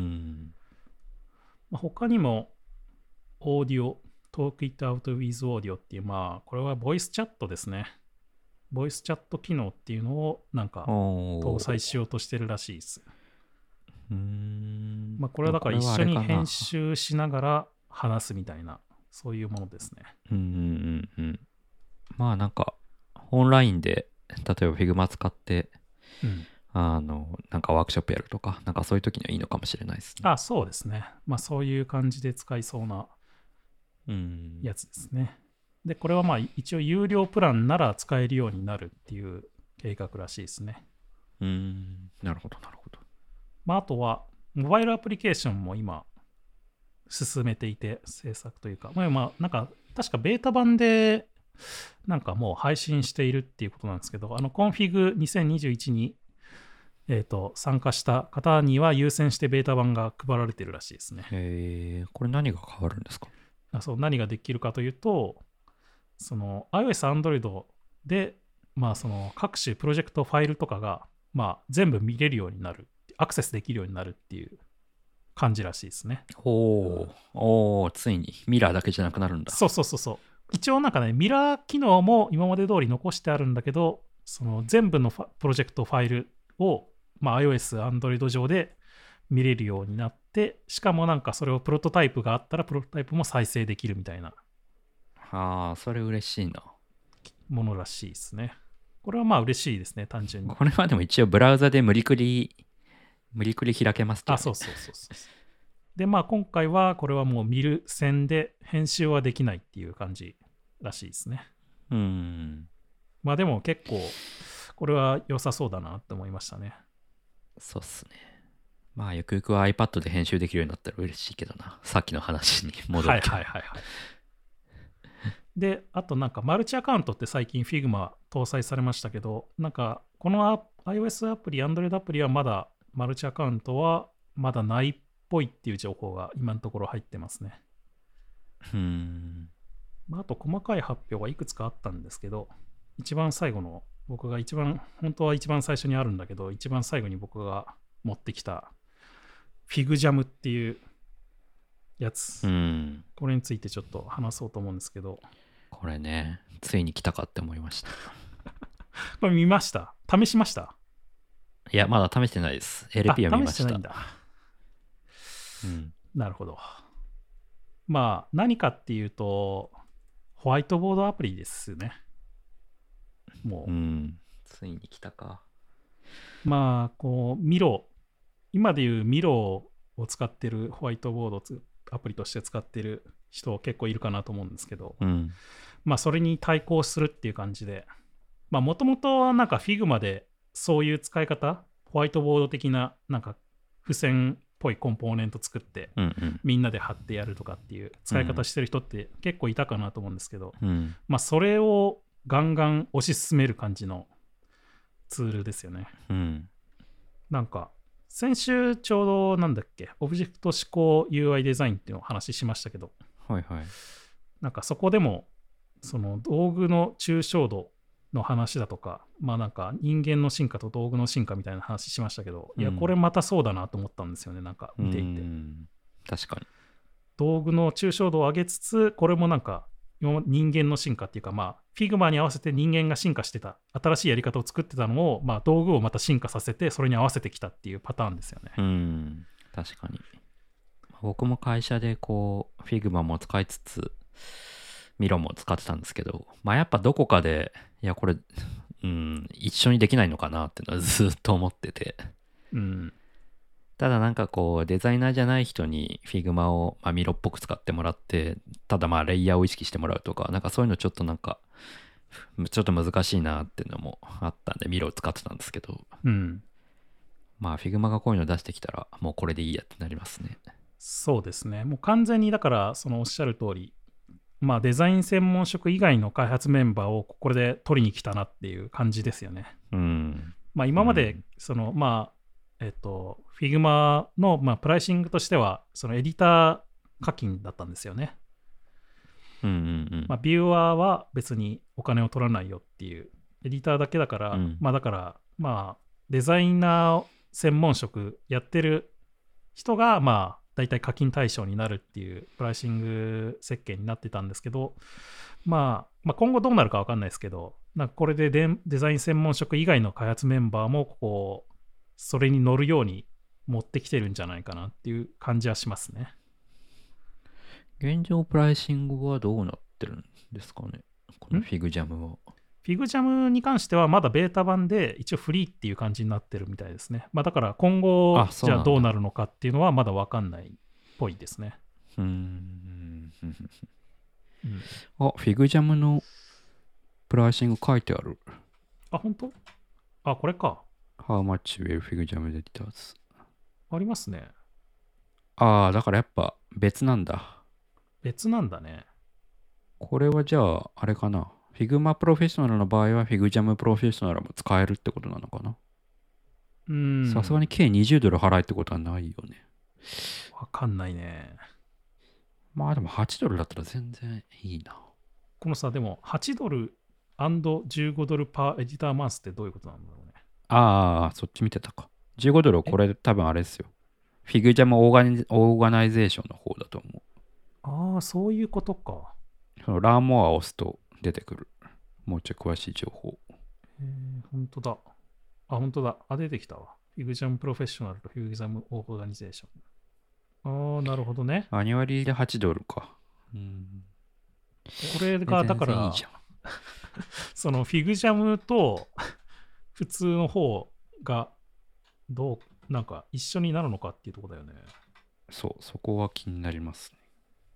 まあ、他にも、オーディオ、Talk It Out with Audio っていう、まあ、これはボイスチャットですね。ボイスチャット機能っていうのをなんか搭載しようとしてるらしいです。 うーん。 まあ、これはだから一緒に編集しながら話すみたいな、そういうものですね。 うんうんうん。まあなんか、オンラインで、例えば Figma 使って、うん、あの、なんかワークショップやるとか、なんかそういう時にはいいのかもしれないですね。 あ、そうですね。まあそういう感じで使いそうなやつですね。で、これはまあ一応有料プランなら使えるようになるっていう計画らしいですね。 うーん、なるほどなるほど。 まああとは、モバイルアプリケーションも今、進めていて、制作というか、まあまあ、なんか、確かベータ版で、なんかもう配信しているっていうことなんですけど、あの、コンフィグにせんにじゅういちに、えーと、参加した方には優先してベータ版が配られてるらしいですね。 へえ、これ何が変わるんですか？ あ、そう、何ができるかというと、その iOS、Android で、まあその各種プロジェクトファイルとかが、まあ全部見れるようになる、アクセスできるようになるっていう感じらしいですね。 おー、おー、ついにミラーだけじゃなくなるんだ。 そうそうそうそう。一応なんかね、ミラー機能も今まで通り残してあるんだけど、その全部のプロジェクトファイルを、まあ、iOS、Android 上で見れるようになって、しかもなんかそれをプロトタイプがあったらプロトタイプも再生できるみたいな。 ああ、それ嬉しいな。 ものらしいですね。これはまあ嬉しいですね、単純に。 これはでも一応ブラウザで無理くり、無理くり開けますけど、ね。 あ、そうそうそうそう。で、まあ今回はこれはもう見る線で編集はできないっていう感じらしいですね。 うん。 まあでも結構これは良さそうだなって思いましたね。 そうっすね。まあゆくゆくは iPad で編集できるようになったら嬉しいけどな。さっきの話に戻るけど。 はいはいはいはい。で、あとなんかマルチアカウントって最近 Figma 搭載されましたけど、なんかこの iOS アプリ、Android アプリはまだマルチアカウントはまだないっぽいっていう情報が今のところ入ってますね。 うーん。 まあ、あと細かい発表はいくつかあったんですけど、一番最後の僕が一番、本当は一番最初にあるんだけど、一番最後に僕が持ってきたフィグジャムっていうやつ、 うん、 これについてちょっと話そうと思うんですけど、 これね、ついに来たかって思いました。 これ見ました？試しました？ いや、まだ試してないです。エルピー は見ました。 試してないんだ。 うん、 なるほど。まあ、何かっていうと、ホワイトボードアプリですね。もう。 うん、ついに来たか。 まあ、こう、ミロ、今でいうミロを使ってるホワイトボードアプリとして使ってる人結構いるかなと思うんですけど、 うん、 まあそれに対抗するっていう感じで、まあもともとなんか Figma でそういう使い方、ホワイトボード的ななんか付箋っぽいコンポーネント作って、うんうん、みんなで貼ってやるとかっていう使い方してる人って結構いたかなと思うんですけど、うん、まあそれをガンガン推し進める感じのツールですよね。うん、なんか先週ちょうどなんだっけ、オブジェクト指向 ユーアイ デザインっていうのを話しましたけど、 はいはい、 なんかそこでもその道具の抽象度の話だとか、まあなんか人間の進化と道具の進化みたいな話しましたけど、うん、いやこれまたそうだなと思ったんですよね、なんか見ていて。うん、 確かに。 道具の抽象度を上げつつ、これもなんか人間の進化っていうか、まあ Figma に合わせて人間が進化してた新しいやり方を作ってたのを、まあ、道具をまた進化させてそれに合わせてきたっていうパターンですよね。 うん、確かに。僕も会社でこう Figma も使いつつミロも使ってたんですけど、まあやっぱどこかでいやこれ、うん、一緒にできないのかなっていうのはずっと思ってて、 うん、 ただなんかこうデザイナーじゃない人に Figma をまあミロっぽく使ってもらって、ただまあレイヤーを意識してもらうとか、なんかそういうのちょっとなんかちょっと難しいなっていうのもあったんでミロを使ってたんですけど、 うん。 まあ Figma がこういうの出してきたらもうこれでいいやってなりますね。 そうですね。もう完全にだからそのおっしゃる通り、まあデザイン専門職以外の開発メンバーをこれで取りに来たなっていう感じですよね。 うん。 まあ今までその、うん、まあえっと Figma のまあプライシングとしてはそのエディター課金だったんですよね。 うんうんうん。 まあビューアーは別にお金を取らないよっていうエディターだけだから、うん、まあだからまあデザイナー専門職やってる人がまあ大体課金対象になるっていうプライシング設計になってたんですけど、まあ、まあ今後どうなるか分かんないですけど、なんかこれで デ, デザイン専門職以外の開発メンバーもこうそれに乗るように持ってきてるんじゃないかなっていう感じはしますね。 現状プライシングはどうなってるんですかね、このフィグジャムは。 フィグジャムに関してはまだベータ版で一応フリーっていう感じになってるみたいですね。まあだから今後じゃあどうなるのかっていうのはまだ分かんないっぽいですね。 うーん。うん、あ、フィグジャムのプライシング書いてある。 あ、本当？あ、これか。 How much will FigJam editors? ありますね。 ああ、だからやっぱ別なんだ。 別なんだね。 これはじゃあ、あれかな。Figma プロフェッショナルの場合は FigJam プロフェッショナルも使えるってことなのかな。 うーん。 さすがに計にじゅうドル払いってことはないよね。 わかんないね。 まあでもはちドルだったら全然いいな。 このさ、でもはちドルじゅうごドルパーエディターマンスってどういうことなんだろうね。 ああ、そっち見てたか。じゅうごドルこれ多分あれですよ。FigJam オーガニオーガナイゼーションの方だと思う。ああ、そういうことか。 そのラーモアを押すと出てくる。もうちょい詳しい情報。 へえ、ほんとだ。あ、ほんとだ。あ、出てきたわ。FigJam プロフェッショナルと FigJam オーガニゼーション。ああ、なるほどね。 アニュアリーではちドルか。うん。 これがだからいいじゃんその FigJam と普通の方がどうなんか一緒になるのかっていうところだよね。 そう、そこは気になりますね。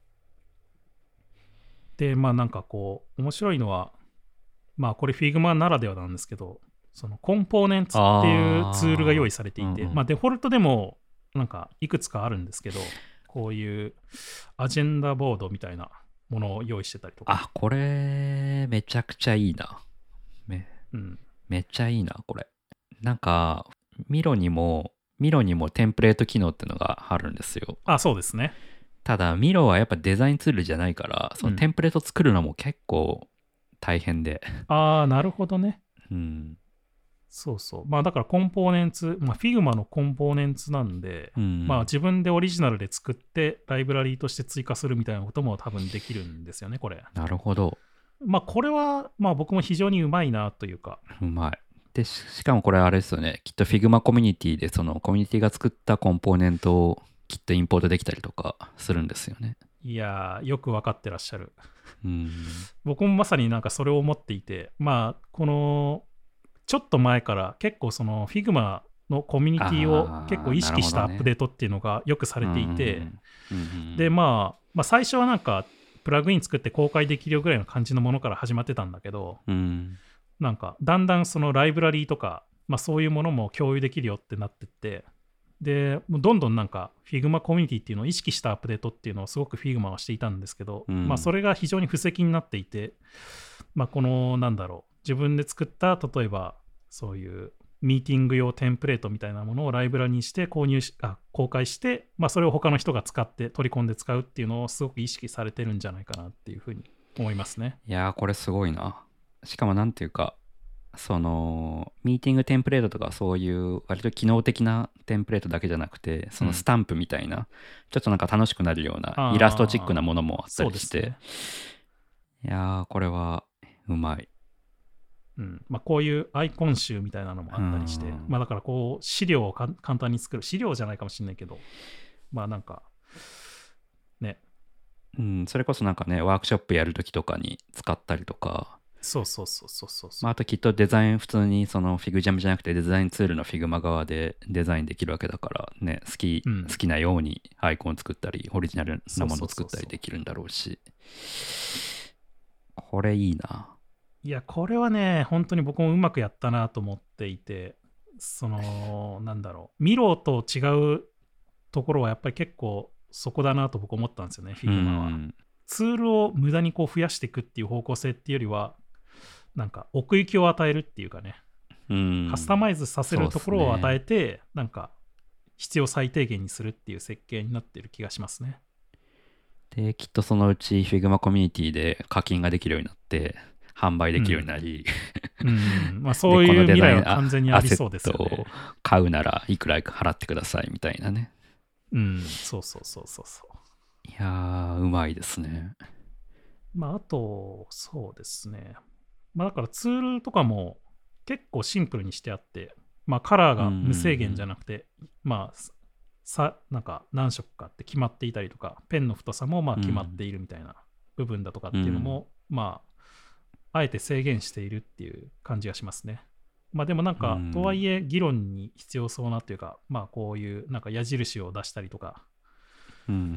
で、まあなんかこう面白いのは、まあこれ Figma ならではなんですけど、そのコンポーネンツっていうツールが用意されていて、うんうん、まあデフォルトでもなんかいくつかあるんですけど、こういうアジェンダボードみたいなものを用意してたりとか。 あ、これめちゃくちゃいいな。め、 うん、 めっちゃいいな、これ。なんかミロにもミロにもテンプレート機能っていうのがあるんですよ。 あ、そうですね。 ただミロはやっぱデザインツールじゃないから、そのテンプレート作るのも結構大変で。 うん、ああ、なるほどね。 うん。 そうそう。まあだからコンポーネンツ、まあ Figma のコンポーネンツなんで、うん、まあ自分でオリジナルで作ってライブラリーとして追加するみたいなことも多分できるんですよね、これ。 なるほど。 まあこれはまあ僕も非常にうまいなというか。 うまい。で、しかもこれあれですよね。きっと Figma コミュニティでそのコミュニティが作ったコンポーネントをきっとインポートできたりとかするんですよね。 いやー、よく分かってらっしゃる。 うん、 僕もまさになんかそれを思っていて、まあこのちょっと前から結構その Figma のコミュニティを結構意識したアップデートっていうのがよくされていて、で、まあ、まあ最初はなんかプラグイン作って公開できるよぐらいの感じのものから始まってたんだけど、 うん、 なんかだんだんそのライブラリーとか、まあ、そういうものも共有できるよってなってって、でどんどんなんか Figma コミュニティっていうのを意識したアップデートっていうのをすごく Figma はしていたんですけど、うん、まあそれが非常に布石になっていて、まあこのなんだろう、自分で作った例えばそういうミーティング用テンプレートみたいなものをライブラリにして購入しあ公開して、まあ、それを他の人が使って取り込んで使うっていうのをすごく意識されてるんじゃないかなっていうふうに思いますね。 いやーこれすごいな。しかもなんていうかそのミーティングテンプレートとかそういう割と機能的なテンプレートだけじゃなくてそのスタンプみたいな、うん、ちょっとなんか楽しくなるようなイラストチックなものもあったりして、ね、いやーこれはうまい。 うんまあ、こういうアイコン集みたいなのもあったりして、まあ、だからこう資料を簡単に作る資料じゃないかもしれないけど、まあなんかね、 うん、それこそなんかねワークショップやるときとかに使ったりとか、 そうそうそうそうそうそう。 まあ、あときっとデザイン、普通にその FigJam じゃなくてデザインツールの Figma 側でデザインできるわけだからね、好き、 うん好きなようにアイコン作ったり、オリジナルなもの作ったりそうそうそうそうできるんだろうし。これいいな。 いや、これはね、本当に僕もうまくやったなと思っていて、その、なんだろう、ミロと違うところはやっぱり結構そこだなと僕思ったんですよね、 う Figma は。 ん。 ツールを無駄にこう増やしていくっていう方向性っていうよりは、なんか奥行きを与えるっていうかね、 うん。 カスタマイズさせるところを与えて、なんか必要最低限にするっていう設計になってる気がしますね。 で、きっとそのうち Figma コミュニティで課金ができるようになって、販売できるようになり、 うんうんまあ、そういう未来は完全にありそうですよね。 買うならいくら払ってくださいみたいなね。 うん、そうそうそうそうそう。 いやー、うまいですね。 まあ、あと、そうですね。まあ、だからツールとかも結構シンプルにしてあって、まあ、カラーが無制限じゃなくて、まあ、さ、なんか何色かって決まっていたりとか、ペンの太さもまあ決まっているみたいな部分だとかっていうのも、うん、まあ、あえて制限しているっていう感じがしますね。まあでもなんか、うん、とはいえ議論に必要そうなっていうか、まあこういうなんか矢印を出したりとか、 うんうんうん、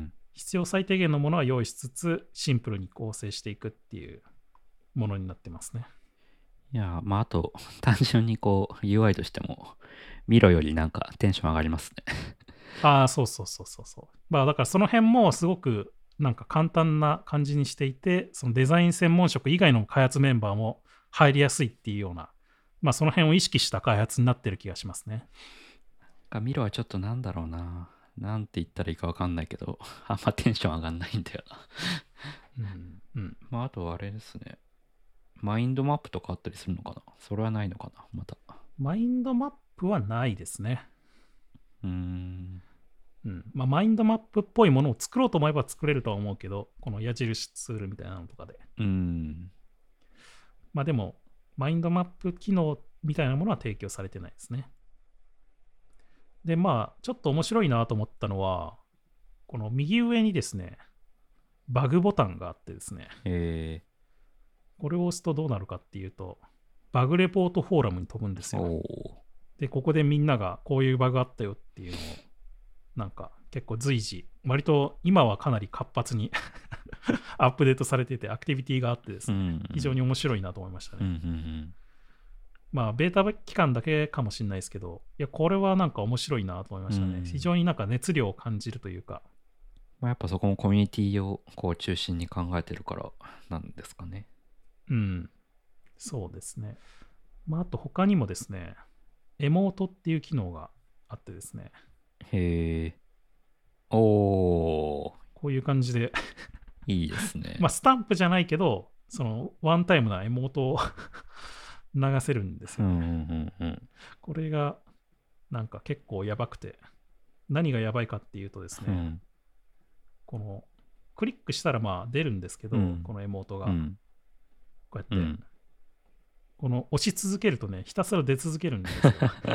必要最低限のものは用意しつつ、シンプルに構成していくっていうものになってますね。 いや、まああと、単純にこう ユーアイ としても、ミロよりなんかテンション上がりますね。 ああ、そうそうそうそうそう。まあだからその辺もすごくなんか簡単な感じにしていて、そのデザイン専門職以外の開発メンバーも入りやすいっていうような、まあその辺を意識した開発になってる気がしますね。 なんかミロはちょっとなんだろうな。なんて言ったらいいかわかんないけど、あんまテンション上がんないんだよな。 うんうん。 まああとあれですね。マインドマップとかあったりするのかな？それはないのかなまた。 マインドマップはないですね。 うーん。 うん。まあマインドマップっぽいものを作ろうと思えば作れるとは思うけど、この矢印ツールみたいなのとかで。 うーん。 まあでも、マインドマップ機能みたいなものは提供されてないですね。で、まあ、ちょっと面白いなと思ったのは、この右上にですね、バグボタンがあってですね、 へー。 これを押すとどうなるかっていうと、バグレポートフォーラムに飛ぶんですよ。で、ここでみんながこういうバグあったよっていうのを、なんか結構随時、割と今はかなり活発にアップデートされてて、アクティビティがあってですね、うんうん、非常に面白いなと思いましたね。 うんうんうん、 まあ、ベータ期間だけかもしれないですけど、いや、これはなんか面白いなと思いましたね。うん、非常になんか熱量を感じるというか。 まあ、やっぱそこもコミュニティをこう中心に考えてるからなんですかね。 うん。そうですね。まあ、あと他にもですね、エモートっていう機能があってですね。 へえ。おー。 こういう感じでいいですね。 まあ、スタンプじゃないけど、そのワンタイムなエモートを流せるんですよね、 うんうんうん。 これがなんか結構やばくて、何がやばいかっていうとですね、うん、このクリックしたらまあ出るんですけど、うん、このエモートが、うん、こうやって、うん、この押し続けるとね、ひたすら出続けるんですよ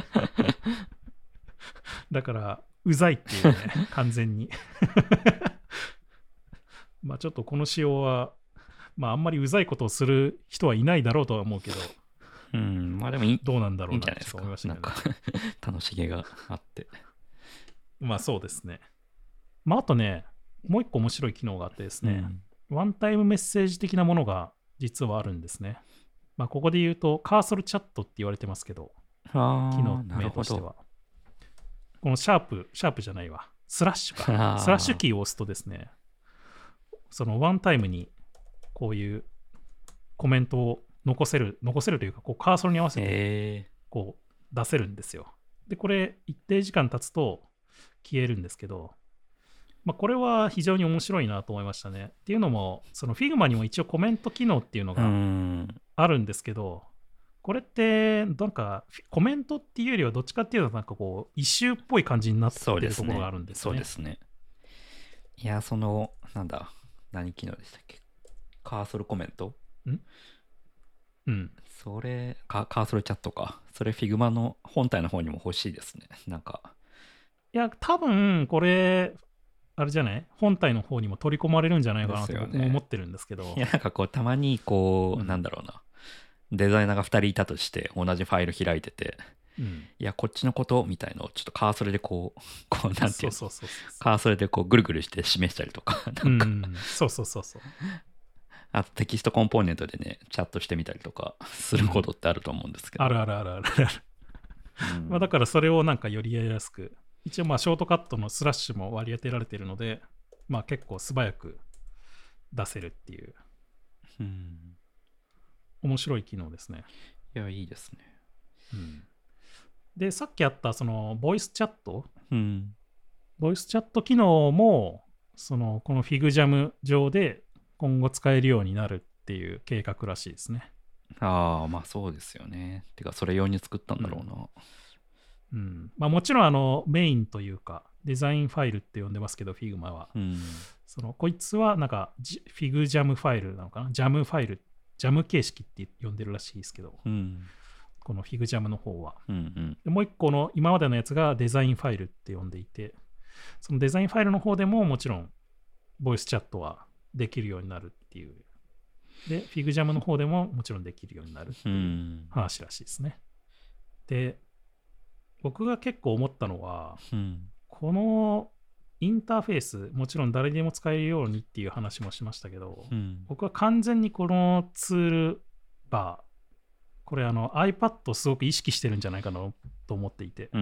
だからうざいっていうね、完全にまあちょっとこの仕様はまああんまりうざいことをする人はいないだろうとは思うけど、 うん、まあでもいい、 どうなんだろうなと思いましたけど、なんか楽しげがあって。 まあそうですね。まああとね、もう一個面白い機能があってですね、うん、ワンタイムメッセージ的なものが実はあるんですね。まあここで言うとカーソルチャットって言われてますけど、機能名としては。このシャープ、シャープじゃないわ、スラッシュか。スラッシュキーを押すとですね、そのワンタイムにこういうコメントを残せる、残せるというか、こうカーソルに合わせてこう出せるんですよ。で、これ一定時間経つと消えるんですけど、まあ、これは非常に面白いなと思いましたね。っていうのも、その Figma にも一応コメント機能っていうのがあるんですけど、これってなんかコメントっていうよりはどっちかっていうとなんかこうイシューっぽい感じになってるところがあるんですね。 そうですね。いや、その、なんだ、何機能でしたっけ？カーソルコメント？ んうん。 それカ、カーソルチャットか。それ Figma の本体の方にも欲しいですね。なんか。 いや、多分これ、 あれじゃない本体の方にも取り込まれるんじゃないかなと僕も思ってるんですけど、 いやなんかこうたまにこう、 うん、 なんだろうなデザイナーがふたりいたとして同じファイル開いてて、うん、いやこっちのことみたいのをちょっとカーソルでこうこうなんていうのカーソルでこうぐるぐるして示したりとかなんか、うん、 そうそうそうそうあとテキストコンポーネントでねチャットしてみたりとかすることってあると思うんですけど、 うん、あるあるあるあるあるうんまあだからそれをなんかよりやりやすく、一応まあショートカットのスラッシュも割り当てられているので、まあ結構素早く出せるっていう、うん、面白い機能ですね。 いやいいですね、 うん、でさっきあったそのボイスチャット、 うん、 ボイスチャット機能もそのこの FigJam 上で今後使えるようになるっていう計画らしいですね。 ああまあそうですよね。てかそれ用に作ったんだろうな。 うん、うん、まあもちろんあのメインというかデザインファイルって呼んでますけど Figma は、うん、そのこいつはなんか FigJam ファイルなのかな、ジャムファイル、ジャム形式って呼んでるらしいですけど、うん、この FigJam の方は、うんうん、でもう一個の今までのやつがデザインファイルって呼んでいて、そのデザインファイルの方でももちろんボイスチャットはできるようになるっていう、で FigJam の方でももちろんできるようになるっていう話らしいですね。で僕が結構思ったのは、うん、このインターフェースもちろん誰でも使えるようにっていう話もしましたけど、うん、僕は完全にこのツールバー、これあの iPad をすごく意識してるんじゃないかなと思っていて、うん、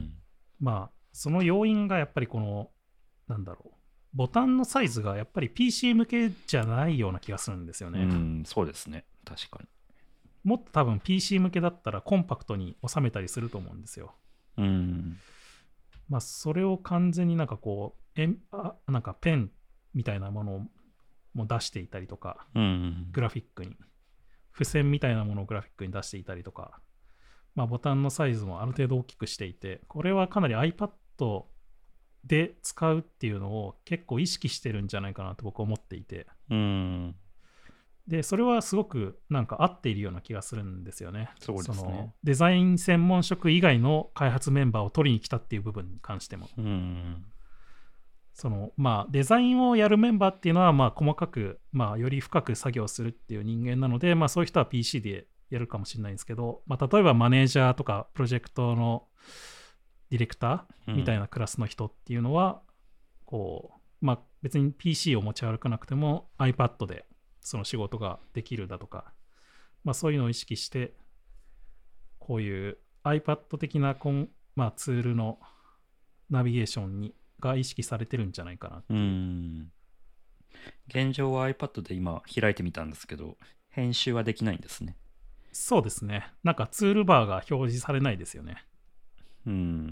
まあその要因がやっぱりこのなんだろう、ボタンのサイズがやっぱり ピーシー 向けじゃないような気がするんですよね。 うん、そうですね、確かに。 もっと多分 ピーシー 向けだったらコンパクトに収めたりすると思うんですよ。うん。まあそれを完全になんかこうえあなんかペンみたいなものをも出していたりとか、うん、グラフィックに付箋みたいなものをグラフィックに出していたりとか、まあボタンのサイズもある程度大きくしていて、これはかなり iPadで使うっていうのを結構意識してるんじゃないかなと僕は思っていて、うん、でそれはすごくなんか合っているような気がするんですよね。 そうですね。 そのデザイン専門職以外の開発メンバーを取りに来たっていう部分に関しても、うん、そのまあデザインをやるメンバーっていうのはまあ細かく、まあ、より深く作業するっていう人間なので、まあ、そういう人は ピーシー でやるかもしれないんですけど、まあ、例えばマネージャーとかプロジェクトのディレクターみたいなクラスの人っていうのは、うん、こうまあ別に ピーシー を持ち歩かなくても iPad でその仕事ができるだとか、まあそういうのを意識してこういう iPad 的なコン、まあ、ツールのナビゲーションにが意識されてるんじゃないかなっていう。うん、 現状は iPad で今開いてみたんですけど編集はできないんですね。 そうですね。なんかツールバーが表示されないですよね。 うん。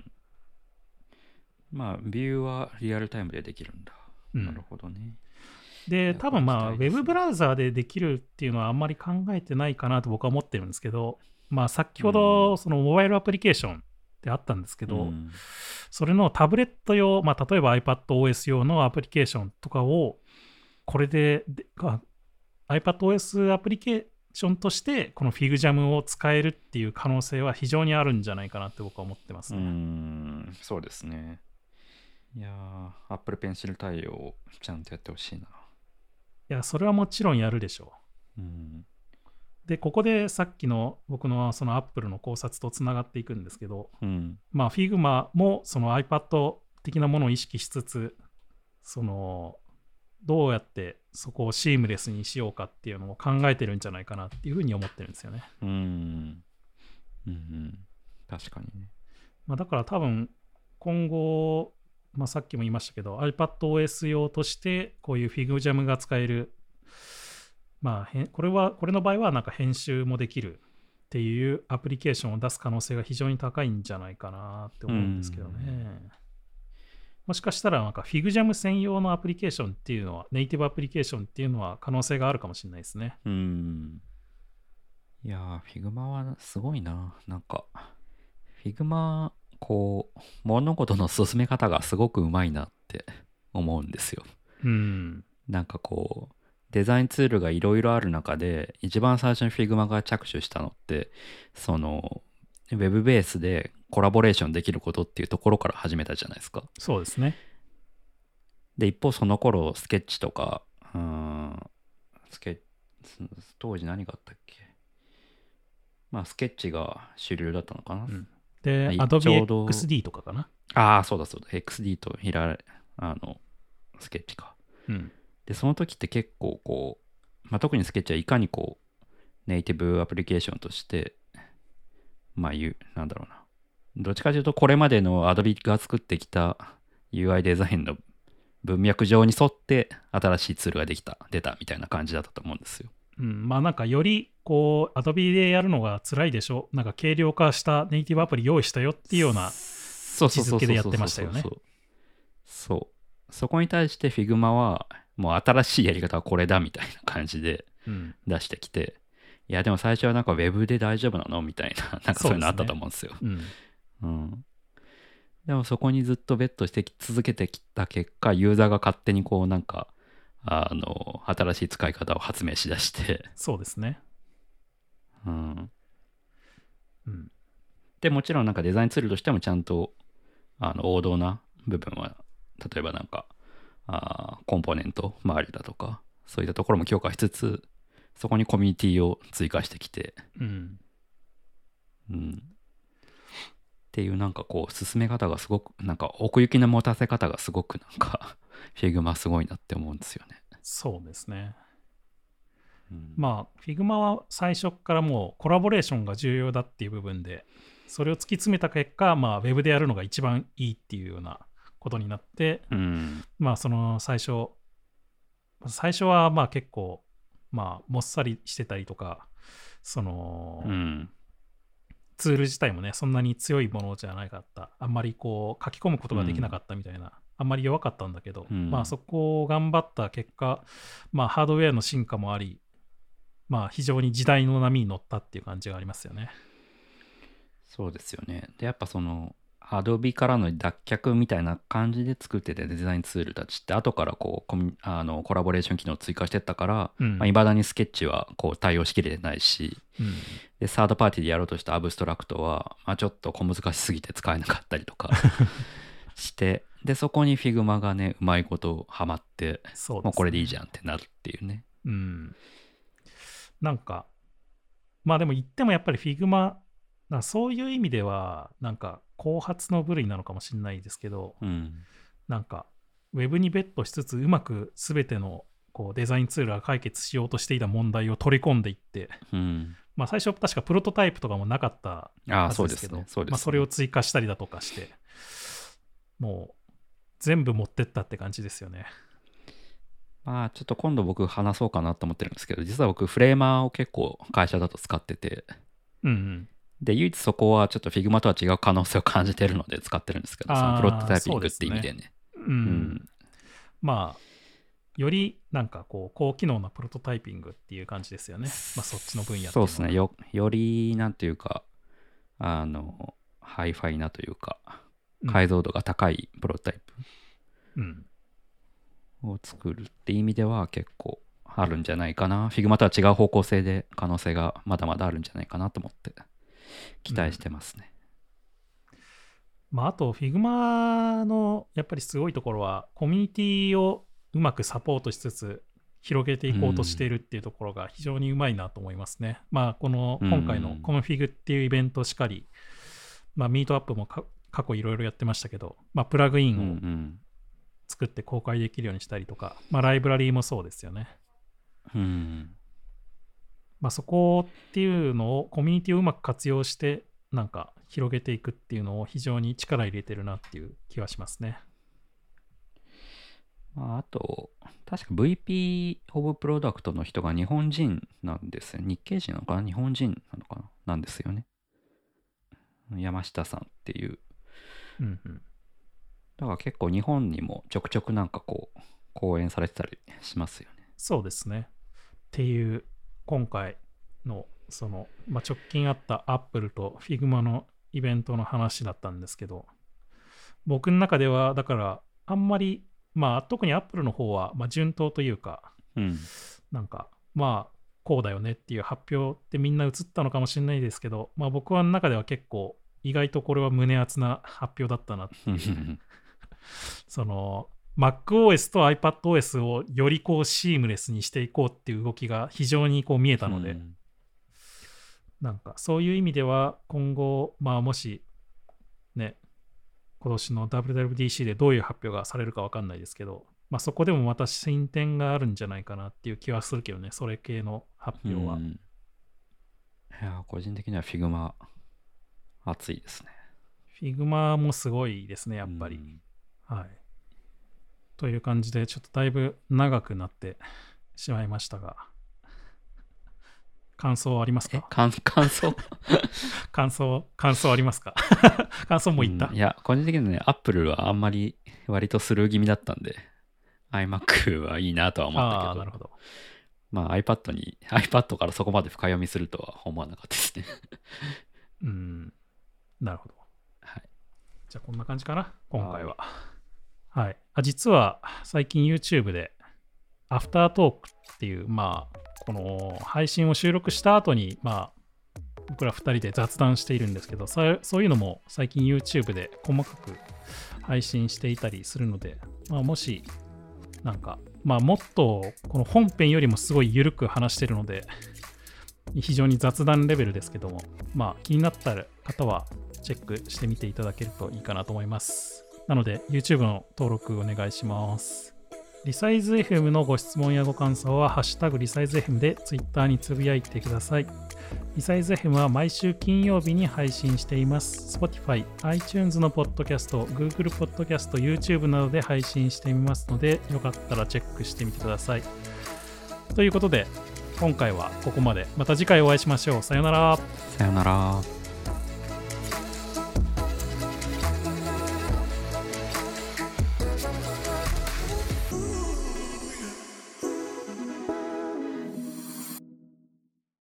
まあ、ビューはリアルタイムでできるんだ。うん、なるほどね。 で、多分まあ、ウェブブラウザーでできるっていうのはあんまり考えてないかなと僕は思ってるんですけど、まあ、先ほど、そのモバイルアプリケーションってあったんですけど、うん、それのタブレット用、まあ、例えば iPadOS 用のアプリケーションとかを、これで、で iPadOS アプリケーションとしてこの FigJam を使えるっていう可能性は非常にあるんじゃないかなって僕は思ってますね。 うーん、そうですね。いやー、Apple Pencil 対応をちゃんとやってほしいな。いや、それはもちろんやるでしょう。うん、で、ここでさっきの僕のその Apple の考察とつながっていくんですけど、うん、まあ Figma もその iPad 的なものを意識しつつ、そのどうやってそこをシームレスにしようかっていうのを考えてるんじゃないかなっていうふうに思ってるんですよね。うん。うんうん。確かにね。 まあ、だから多分今後、まあ、さっきも言いましたけど iPadOS 用としてこういう FigJam が使える。まあ、これは、これの場合はなんか編集もできるっていうアプリケーションを出す可能性が非常に高いんじゃないかなって思うんですけどね。うんもしかしたらなんか FigJam 専用のアプリケーションっていうのは、ネイティブアプリケーションっていうのは可能性があるかもしれないですね。 うん。いやー、Figma はすごいな。なんか、Figma、こう、物事の進め方がすごくうまいなって思うんですよ。うん。なんかこう、デザインツールがいろいろある中で、一番最初に Figma が着手したのって、その、ウェブベースでコラボレーションできることっていうところから始めたじゃないですか。 そうですね。 で、一方その頃、スケッチとか、うーん、スケ当時何があったっけ。まあ、スケッチが主流だったのかな。うん、 で、Adobe エックスディー とかかな。 ああ、そうだそうだ。エックスディー とひら、あの、スケッチか。 うん。 で、その時って結構こう、まあ、特にスケッチはいかにこう、ネイティブアプリケーションとして、まあ、言う、なんだろうな。どっちかというと、これまでの Adobe が作ってきた ユーアイ デザインの文脈上に沿って新しいツールができた、出たみたいな感じだったと思うんですよ。 うん、まあなんかよりこう Adobe でやるのが辛いでしょ、なんか軽量化したネイティブアプリ用意したよっていうような位置づけでやってましたよね。 そう。そこに対して Figma はもう新しいやり方はこれだみたいな感じで出してきて、うん、いやでも最初はなんか Web で大丈夫なのみたいな、なんかそういうのあったと思うんですよ。 そうですね。うん。 うん、でもそこにずっとベットして続けてきた結果、ユーザーが勝手にこうなんかあの新しい使い方を発明しだして、 そうですね。 うん。 うん、 でもちろんなんかデザインツールとしてもちゃんとあの王道な部分は、例えばなんかあコンポーネント周りだとかそういったところも強化しつつ、そこにコミュニティを追加してきて、 うんうん、っていうなんかこう進め方がすごくなんか奥行きの持たせ方がすごくなんかFigma すごいなって思うんですよね。 そうですね。 うん、 まあ Figma は最初からもうコラボレーションが重要だっていう部分で、それを突き詰めた結果、まあ Web でやるのが一番いいっていうようなことになって、 うん、 まあその最初最初はまあ結構まあもっさりしてたりとか、その、 うん、 ツール自体もねそんなに強いものじゃなかった、あんまりこう書き込むことができなかったみたいな、うん、あんまり弱かったんだけど、 うん、 まあそこを頑張った結果、まあハードウェアの進化もあり、まあ非常に時代の波に乗ったっていう感じがありますよね。 そうですよね。でやっぱそのAdobe からの脱却みたいな感じで作っててデザインツールたちって後からこうコミあのコラボレーション機能を追加してったから、いまあ、だにスケッチはこう対応しきれてないし、 うん、 でサードパーティーでやろうとしたアブストラクトは、まあ、ちょっと小難しすぎて使えなかったりとかしてでそこに Figma がねうまいことハマって、 そうですね、 もうこれでいいじゃんってなるっていうね。 うん、なんかまあでも言ってもやっぱり Figmaそういう意味ではなんか後発の部類なのかもしれないですけど、 うん、 なんかウェブにベットしつつうまく全てのこうデザインツールが解決しようとしていた問題を取り込んでいって、 うん、 まあ最初確かプロトタイプとかもなかったはずですけど、それを追加したりだとかしてもう全部持ってったって感じですよね。 まあちょっと今度僕話そうかなと思ってるんですけど、実は僕フレーマーを結構会社だと使ってて、 うんうん、 で唯一そこはちょっと Figma とは違う可能性を感じてるので使ってるんですけど、そのプロトタイピングって意味でね。 うん、うん、まあよりなんかこう高機能なプロトタイピングっていう感じですよね。まあそっちの分野っていうのは。 そうですね。よよりなんていうかあのハイファイなというか解像度が高いプロトタイプを作るっていう意味では結構あるんじゃないかな。Figma とは違う方向性で可能性がまだまだあるんじゃないかなと思って期待してますね。 うん、まああと Figma のやっぱりすごいところはコミュニティをうまくサポートしつつ広げていこうとしているっていうところが非常にうまいなと思いますね。うん、まあこの今回のコンフィグっていうイベントしかり、まあミートアップも過去いろいろやってましたけど、まあプラグインを作って公開できるようにしたりとか、まあライブラリーもそうですよね。 うん、 まあそこっていうのをコミュニティをうまく活用してなんか広げていくっていうのを非常に力入れてるなっていう気はしますね。 まあ、あと確か ブイピー オブプロダクトの人が日本人なんですよ。日系人なのかな、日本人なのかな、なんですよね。山下さんっていう。 うんうん。 だから結構日本にもちょくちょくなんかこう講演されてたりしますよね。 そうですね。っていう今回のその、まあ、直近あったアップルと Figma のイベントの話だったんですけど、僕の中ではだからあんまりまあ特にアップルの方はまあ順当というか、 うん、 なんかまあこうだよねっていう発表ってみんな映ったのかもしれないですけど、まあ僕はの中では結構意外とこれは胸熱な発表だったなっていうその MacOS と iPadOS をよりこうシームレスにしていこうっていう動きが非常にこう見えたので、うん、なんかそういう意味では今後、まあもしね、今年の ダブリューダブリューディーシー でどういう発表がされるか分かんないですけど、まあそこでもまた進展があるんじゃないかなっていう気はするけどね、それ系の発表は。うん、いや、個人的には Figma 熱いですね。 Figma もすごいですね、やっぱり。うん、はい。という感じで、ちょっとだいぶ長くなってしまいましたが、感想ありますか？ 感想感想、感想ありますか？感想も言った、 うん、いや、個人的にね、Apple はあんまり割とスルー気味だったんで、iMac はいいなとは思ったけど、 あ、なるほど。 まあ iPad に、iPad からそこまで深読みするとは思わなかったですね。 うん、なるほど。 はい。 じゃあこんな感じかな、今回は。はい、あ実は最近 YouTube でアフタートークっていう、まあ、この配信を収録した後に、まあ、僕らふたりで雑談しているんですけど、そういうのも最近 YouTube で細かく配信していたりするので、まあ、もし、なんか、まあ、もっとこの本編よりもすごい緩く話してるので、非常に雑談レベルですけども、まあ、気になった方はチェックしてみていただけるといいかなと思います。なので YouTube の登録お願いします。リサイズ エフエム のご質問やご感想はハッシュタグリサイズ エフエム で Twitter につぶやいてください。リサイズ エフエム は毎週金曜日に配信しています。Spotify、iTunes のポッドキャスト、Google ポッドキャスト、YouTube などで配信していますので、よかったらチェックしてみてください。ということで、今回はここまで。また次回お会いしましょう。さよなら。 さよなら。